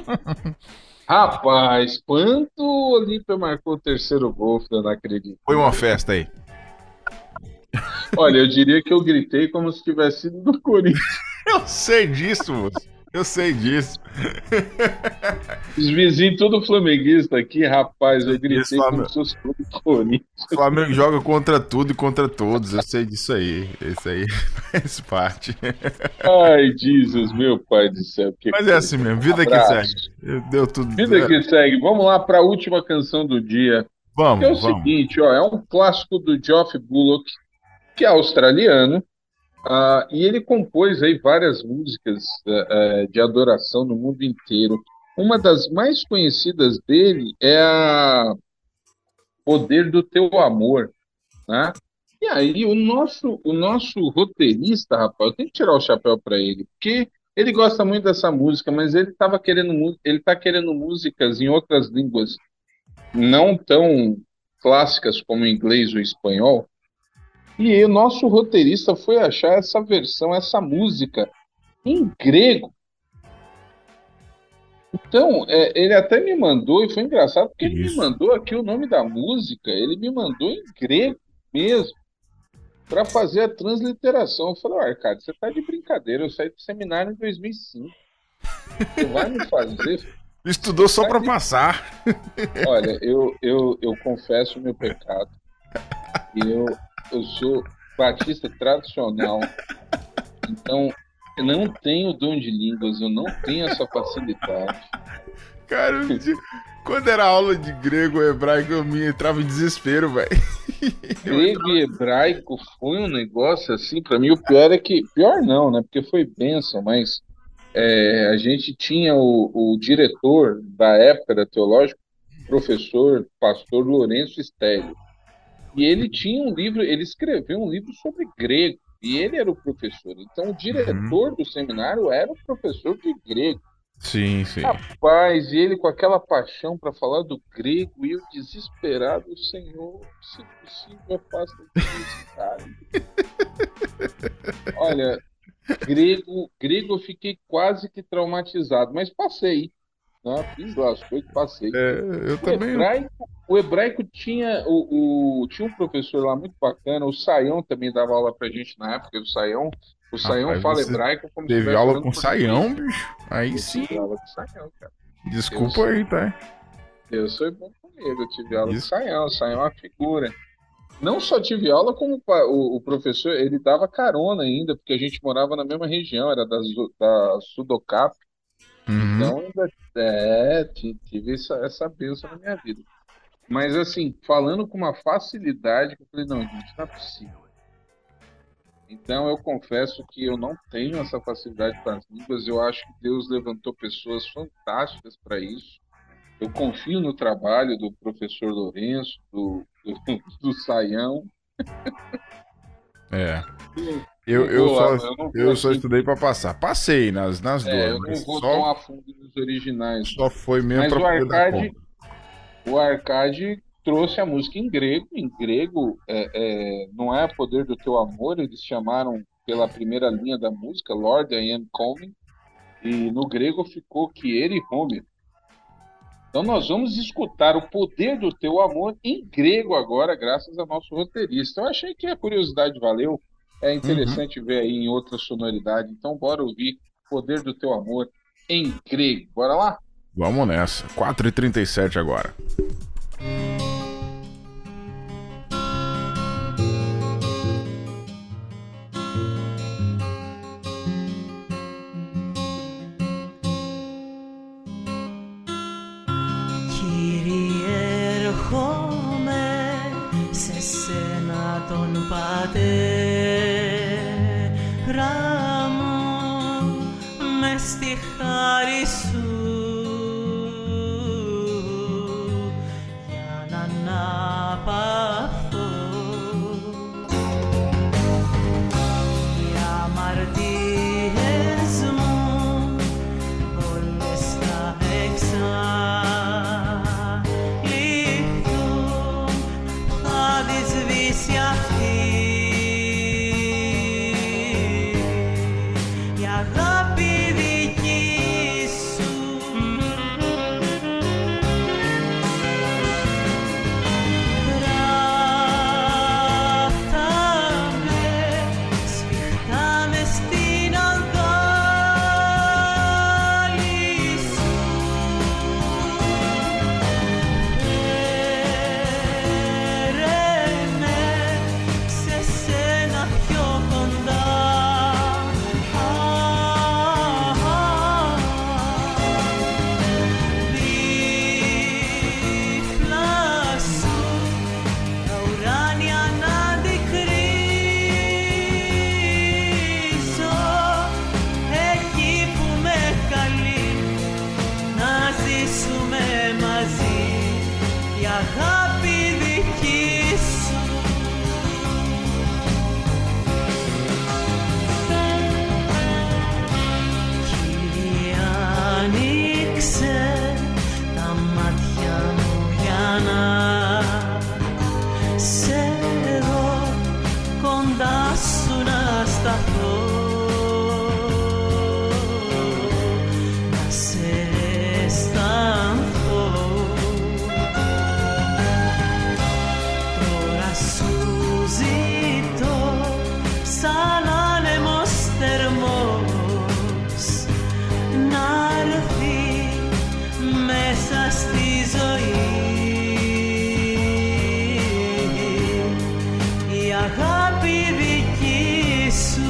Rapaz, quando o Olímpia marcou o terceiro gol, eu não acredito. Foi uma festa aí. Olha, eu diria que eu gritei como se tivesse sido do Corinthians. Eu sei disso, moço. Eu sei disso. Os vizinhos tudo flamenguista aqui, rapaz, eu gritei como se fosse do Corinthians. O Flamengo joga contra tudo e contra todos, eu sei disso aí. Isso aí faz parte. Ai, Jesus, meu pai do céu. Mas é assim mesmo, vida que segue. Deu tudo. Vida que segue. Vamos lá para a última canção do dia. Vamos, que é o seguinte, ó, é um clássico do Geoff Bullock, que é australiano. E ele compôs aí várias músicas de adoração no mundo inteiro. Uma das mais conhecidas dele é a Poder do Teu Amor, né? E aí o nosso roteirista, rapaz, eu tenho que tirar o chapéu para ele, porque ele gosta muito dessa música, mas ele tá querendo músicas em outras línguas não tão clássicas como o inglês ou o espanhol. E aí, o nosso roteirista foi achar essa versão, essa música, em grego. Então, ele até me mandou, e foi engraçado, porque ele me mandou aqui o nome da música, ele me mandou em grego mesmo, para fazer a transliteração. Eu falei, Arcade, você tá de brincadeira, eu saí do seminário em 2005. Você vai me fazer... Estudou só para passar. Olha, eu confesso o meu pecado. Eu sou batista tradicional, então eu não tenho dom de línguas, eu não tenho essa facilidade. Cara, quando era aula de grego ou hebraico, eu me entrava em desespero, velho. Grego e hebraico foi um negócio assim, pra mim o pior é que... Pior não, né? Porque foi bênção, mas a gente tinha o diretor da época da Teológica, professor, pastor Lourenço Stélio. E ele tinha um livro, ele escreveu um livro sobre grego, e ele era o professor. Então, o diretor do seminário era o professor de grego. Sim, sim. Rapaz, e ele com aquela paixão para falar do grego, e eu desesperado, Senhor, se possível, afasta isso, cara. Olha, grego eu fiquei quase que traumatizado, mas passei. Fiz lá as coisas, passei. Eu também. O hebraico tinha tinha um professor lá muito bacana, o Saião também dava aula pra gente na época, o Saião fala hebraico como se teve aula com o Saião, bicho? Aí sim. Tive aula com o Saião, cara. Desculpa aí, tá? Eu sou bom comigo, eu tive aula com o Saião é uma figura. Não só tive aula, como o professor, ele dava carona ainda, porque a gente morava na mesma região, era da Sudocap. Então, tive essa bênção na minha vida. Mas, assim, falando com uma facilidade, eu falei, não, gente, não é possível. Então, eu confesso que eu não tenho essa facilidade com as línguas. Eu acho que Deus levantou pessoas fantásticas para isso. Eu confio no trabalho do professor Lourenço, do Saião. Eu só estudei para passar. Passei nas duas. Eu não vou tão a fundo nos originais. Só foi mesmo para poder dar conta. O Arcade trouxe a música em grego. Em grego, não é Poder do Teu Amor. Eles chamaram pela primeira linha da música, Lord, I Am Coming. E no grego ficou Kyrie Homer. Então nós vamos escutar o poder do teu amor em grego agora, graças ao nosso roteirista. Eu achei que a curiosidade valeu. É interessante ver aí em outra sonoridade. Então bora ouvir o poder do teu amor em grego. Bora lá? Vamos nessa. 4h37 agora. Σε σένα τον πατέρα μου μες στη χάρη σου για να αναπαυθώ. Οι αμαρτίες μου όλες θα εξαλειφθούν, θα τις σβήσει αυτή η αγάπη δική σου. Γράφταμε σφιχτά μες στην αγκάλι σου. Φέρε σε σένα πιο κοντά. Δίπλα σου τα ουράνια να αντικρίζω, εκεί που με καλεί να ζήσουμε μαζί, η αγάπη δική σου. Κύριε, ανοίξε τα μάτια μου για να σε δω, κοντά σου να σταθώ, να σε αισθανθώ. Τώρα σου ζητώ σαν άνεμος θερμός να έρθει μέσα στη ζωή η αγάπη δική σου.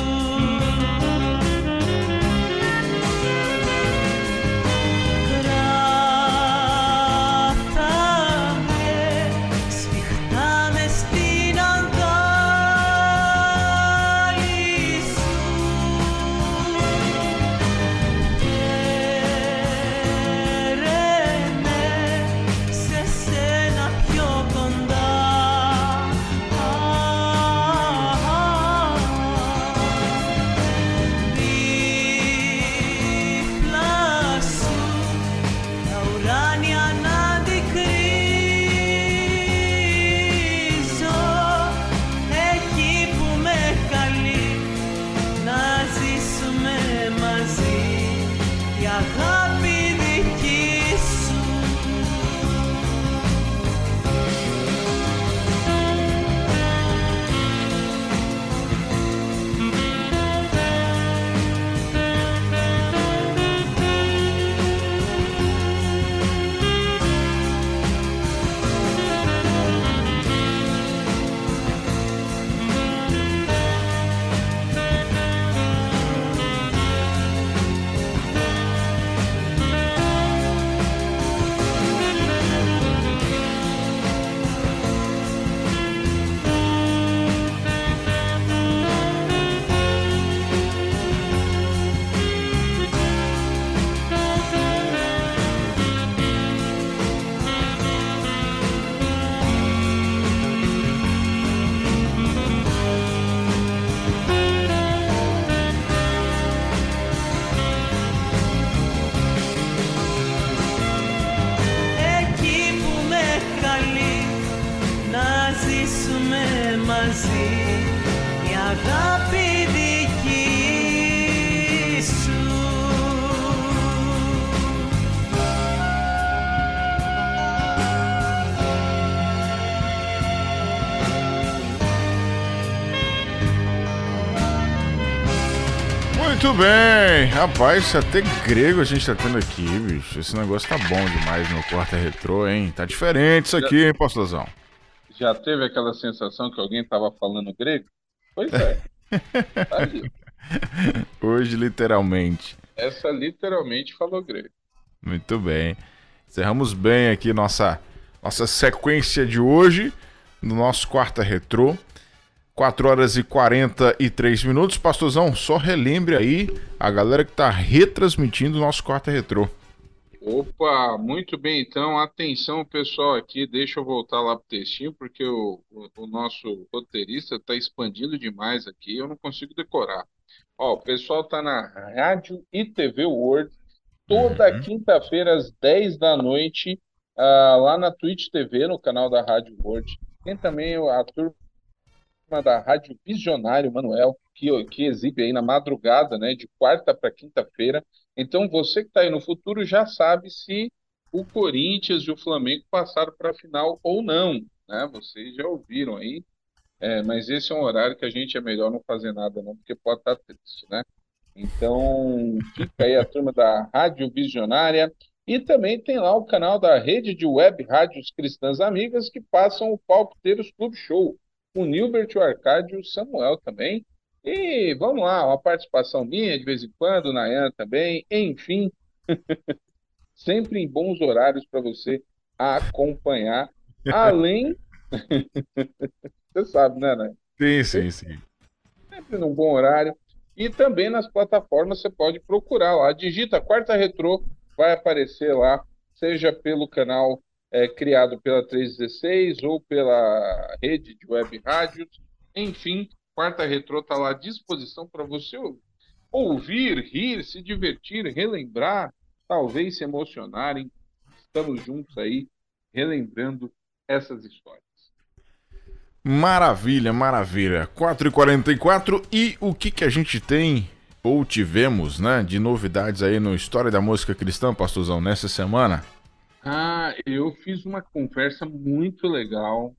Γράφταμε σφιχτά μες στην αγκάλι σου. Φέρε σε σένα πιο κοντά. Δίπλα σου τα ουράνια να αντικρίζω, εκεί που με καλεί να ζήσουμε μαζί, η αγάπη δική σου. Εκεί που με καλεί να ζήσουμε μαζί, η αγάπη δική σου. Muito bem, rapaz, até grego a gente tá tendo aqui, bicho. Esse negócio tá bom demais no Quarta Retrô, hein? Tá diferente isso aqui, hein, pastorzão? Já teve aquela sensação que alguém tava falando grego? Pois é. Tá ali. Hoje, literalmente. Essa literalmente falou grego. Muito bem. Encerramos bem aqui nossa sequência de hoje, no nosso Quarta Retrô. 4 horas e 43 minutos. Pastorzão, só relembre aí a galera que tá retransmitindo o nosso Quarta Retrô. Opa, muito bem, então, atenção pessoal aqui, deixa eu voltar lá pro textinho, porque o nosso roteirista tá expandindo demais aqui, eu não consigo decorar. Ó, o pessoal tá na Rádio e TV World, toda quinta-feira às 10 da noite, lá na Twitch TV, no canal da Rádio World. Tem também a turma da Rádio Visionário, Manuel, que exibe aí na madrugada, né, de quarta para quinta-feira. Então, você que está aí no futuro já sabe se o Corinthians e o Flamengo passaram para a final ou não, né? Vocês já ouviram aí, mas esse é um horário que a gente é melhor não fazer nada não, porque pode estar triste, né? Então, fica aí a turma da Rádio Visionária e também tem lá o canal da Rede de Web Rádios Cristãs Amigas que passam o Palpiteiros Clube Show. O Nilbert, o Arcádio e o Samuel também. E vamos lá, uma participação minha de vez em quando, o Nayan também, enfim, sempre em bons horários para você acompanhar, além, você sabe, né, Nayan? Sim. Sempre num bom horário, e também nas plataformas você pode procurar lá, digita Quarta Retrô, vai aparecer lá, seja pelo canal criado pela 316 ou pela rede de web rádios, enfim, Quarta Retrô está lá à disposição para você ouvir, rir, se divertir, relembrar, talvez se emocionarem. Estamos juntos aí, relembrando essas histórias. Maravilha. 4h44 e o que a gente tem, ou tivemos, né, de novidades aí no História da Música Cristã, pastorzão, nessa semana? Eu fiz uma conversa muito legal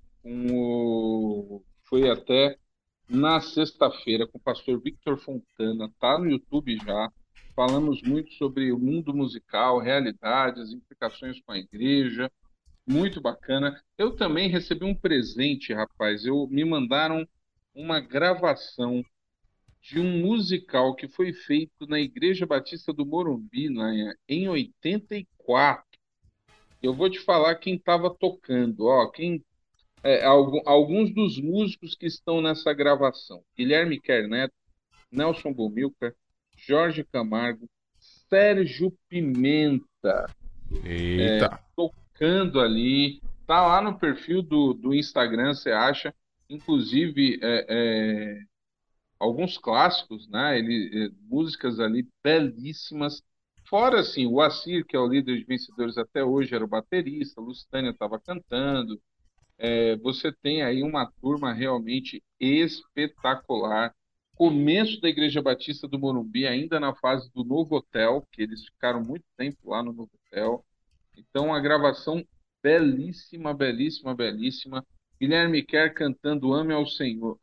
foi até na sexta-feira com o pastor Victor Fontana, tá no YouTube já. Falamos muito sobre o mundo musical, realidades, implicações com a igreja, muito bacana. Eu também recebi um presente, rapaz. Me mandaram uma gravação de um musical que foi feito na Igreja Batista do Morumbi, em 84. Eu vou te falar quem estava tocando, ó, alguns dos músicos que estão nessa gravação: Guilherme Kerneto, Nelson Bomilcar, Jorge Camargo, Sérgio Pimenta. Eita! Tocando ali, tá lá no perfil do Instagram, você acha, inclusive alguns clássicos, né? Músicas ali belíssimas. Fora, assim, o Assir, que é o líder de vencedores até hoje, era o baterista, a Lustânia estava cantando. Você tem aí uma turma realmente espetacular. Começo da Igreja Batista do Morumbi, ainda na fase do Novo Hotel, que eles ficaram muito tempo lá no Novo Hotel. Então, a gravação belíssima. Guilherme Kerr cantando Ame ao Senhor,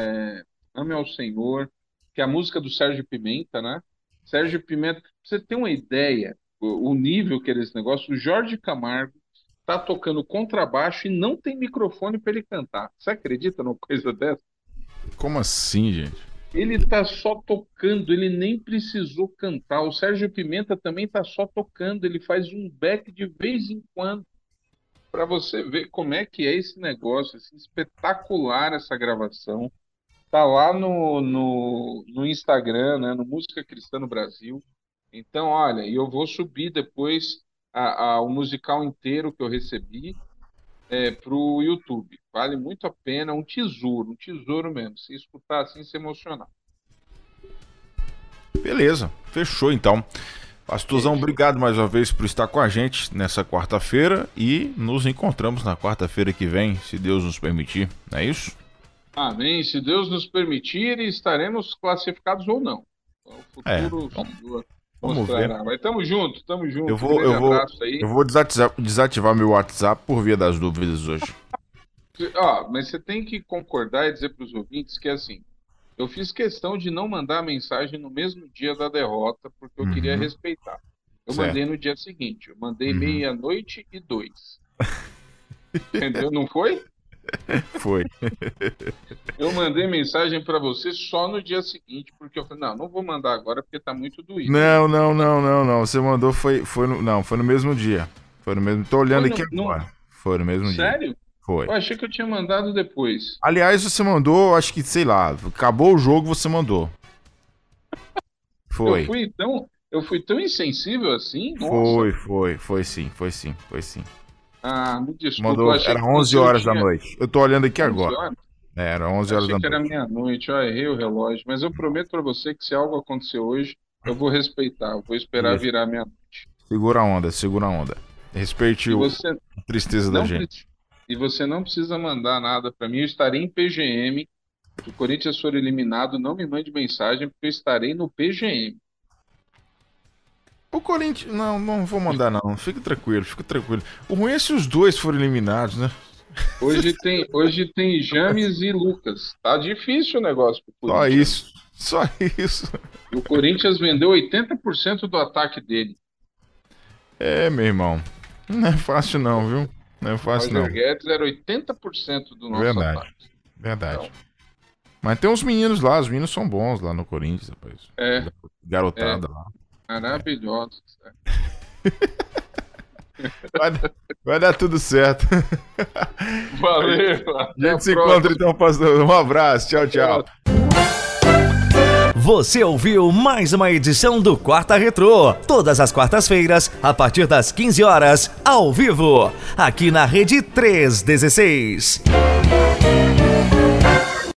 que é a música do Sérgio Pimenta, né? Sérgio Pimenta, pra você ter uma ideia, o nível que é esse negócio, o Jorge Camargo tá tocando contrabaixo e não tem microfone para ele cantar. Você acredita numa coisa dessa? Como assim, gente? Ele tá só tocando, ele nem precisou cantar. O Sérgio Pimenta também tá só tocando, ele faz um back de vez em quando, para você ver como é que é esse negócio, assim, espetacular essa gravação. Tá lá no Instagram, né, no Música Cristã no Brasil. Então, olha, eu vou subir depois o musical inteiro que eu recebi pro YouTube. Vale muito a pena, um tesouro mesmo. Se escutar assim, se emocionar. Beleza, fechou então. Pastorzão, obrigado mais uma vez por estar com a gente nessa quarta-feira e nos encontramos na quarta-feira que vem, se Deus nos permitir, não é isso? Amém. Se Deus nos permitir, estaremos classificados ou não. O futuro vamos ver. Mas tamo junto. Eu vou desativar meu WhatsApp por via das dúvidas hoje. Mas você tem que concordar e dizer para os ouvintes que, assim, Eu fiz questão de não mandar a mensagem no mesmo dia da derrota, porque eu queria respeitar. Eu mandei no dia seguinte. Eu mandei 00:02. Entendeu? Não foi? Foi. Eu mandei mensagem pra você só no dia seguinte, porque eu falei, não vou mandar agora porque tá muito doído. Não. Você mandou, foi no mesmo dia. Foi no mesmo. Tô olhando aqui agora. Foi no mesmo dia. Sério? Foi. Eu achei que eu tinha mandado depois. Aliás, você mandou, acho que, sei lá, acabou o jogo, você mandou. Foi. Eu fui tão insensível assim? Nossa. Foi sim. Ah, me desculpa. Mandou, era 11 horas da noite. Eu tô olhando aqui agora. Horas? Era 11 horas da noite. Achei que era meia-noite, eu errei o relógio. Mas eu prometo pra você que se algo acontecer hoje, eu vou respeitar. Eu vou esperar virar meia-noite. Segura a onda. Respeite a tristeza da gente. E você não precisa mandar nada pra mim. Eu estarei em PGM. Se o Corinthians for eliminado, não me mande mensagem, porque eu estarei no PGM. O Corinthians... Não vou mandar, não. Fica tranquilo. O ruim é se os dois forem eliminados, né? Hoje tem James e Lucas. Tá difícil o negócio pro Corinthians. Só isso. E o Corinthians vendeu 80% do ataque dele. É, meu irmão. Não é fácil não, viu? Não é fácil não. O Roger Guedes era 80% do nosso ataque. Verdade. Então. Mas tem uns meninos lá, os meninos são bons lá no Corinthians, rapaz. Garotada lá. Maravilhosos. Vai dar tudo certo. Valeu. A gente se encontra então, pastor. Um abraço. Tchau. Você ouviu mais uma edição do Quarta Retrô. Todas as quartas-feiras, a partir das 15 horas, ao vivo. Aqui na Rede 316.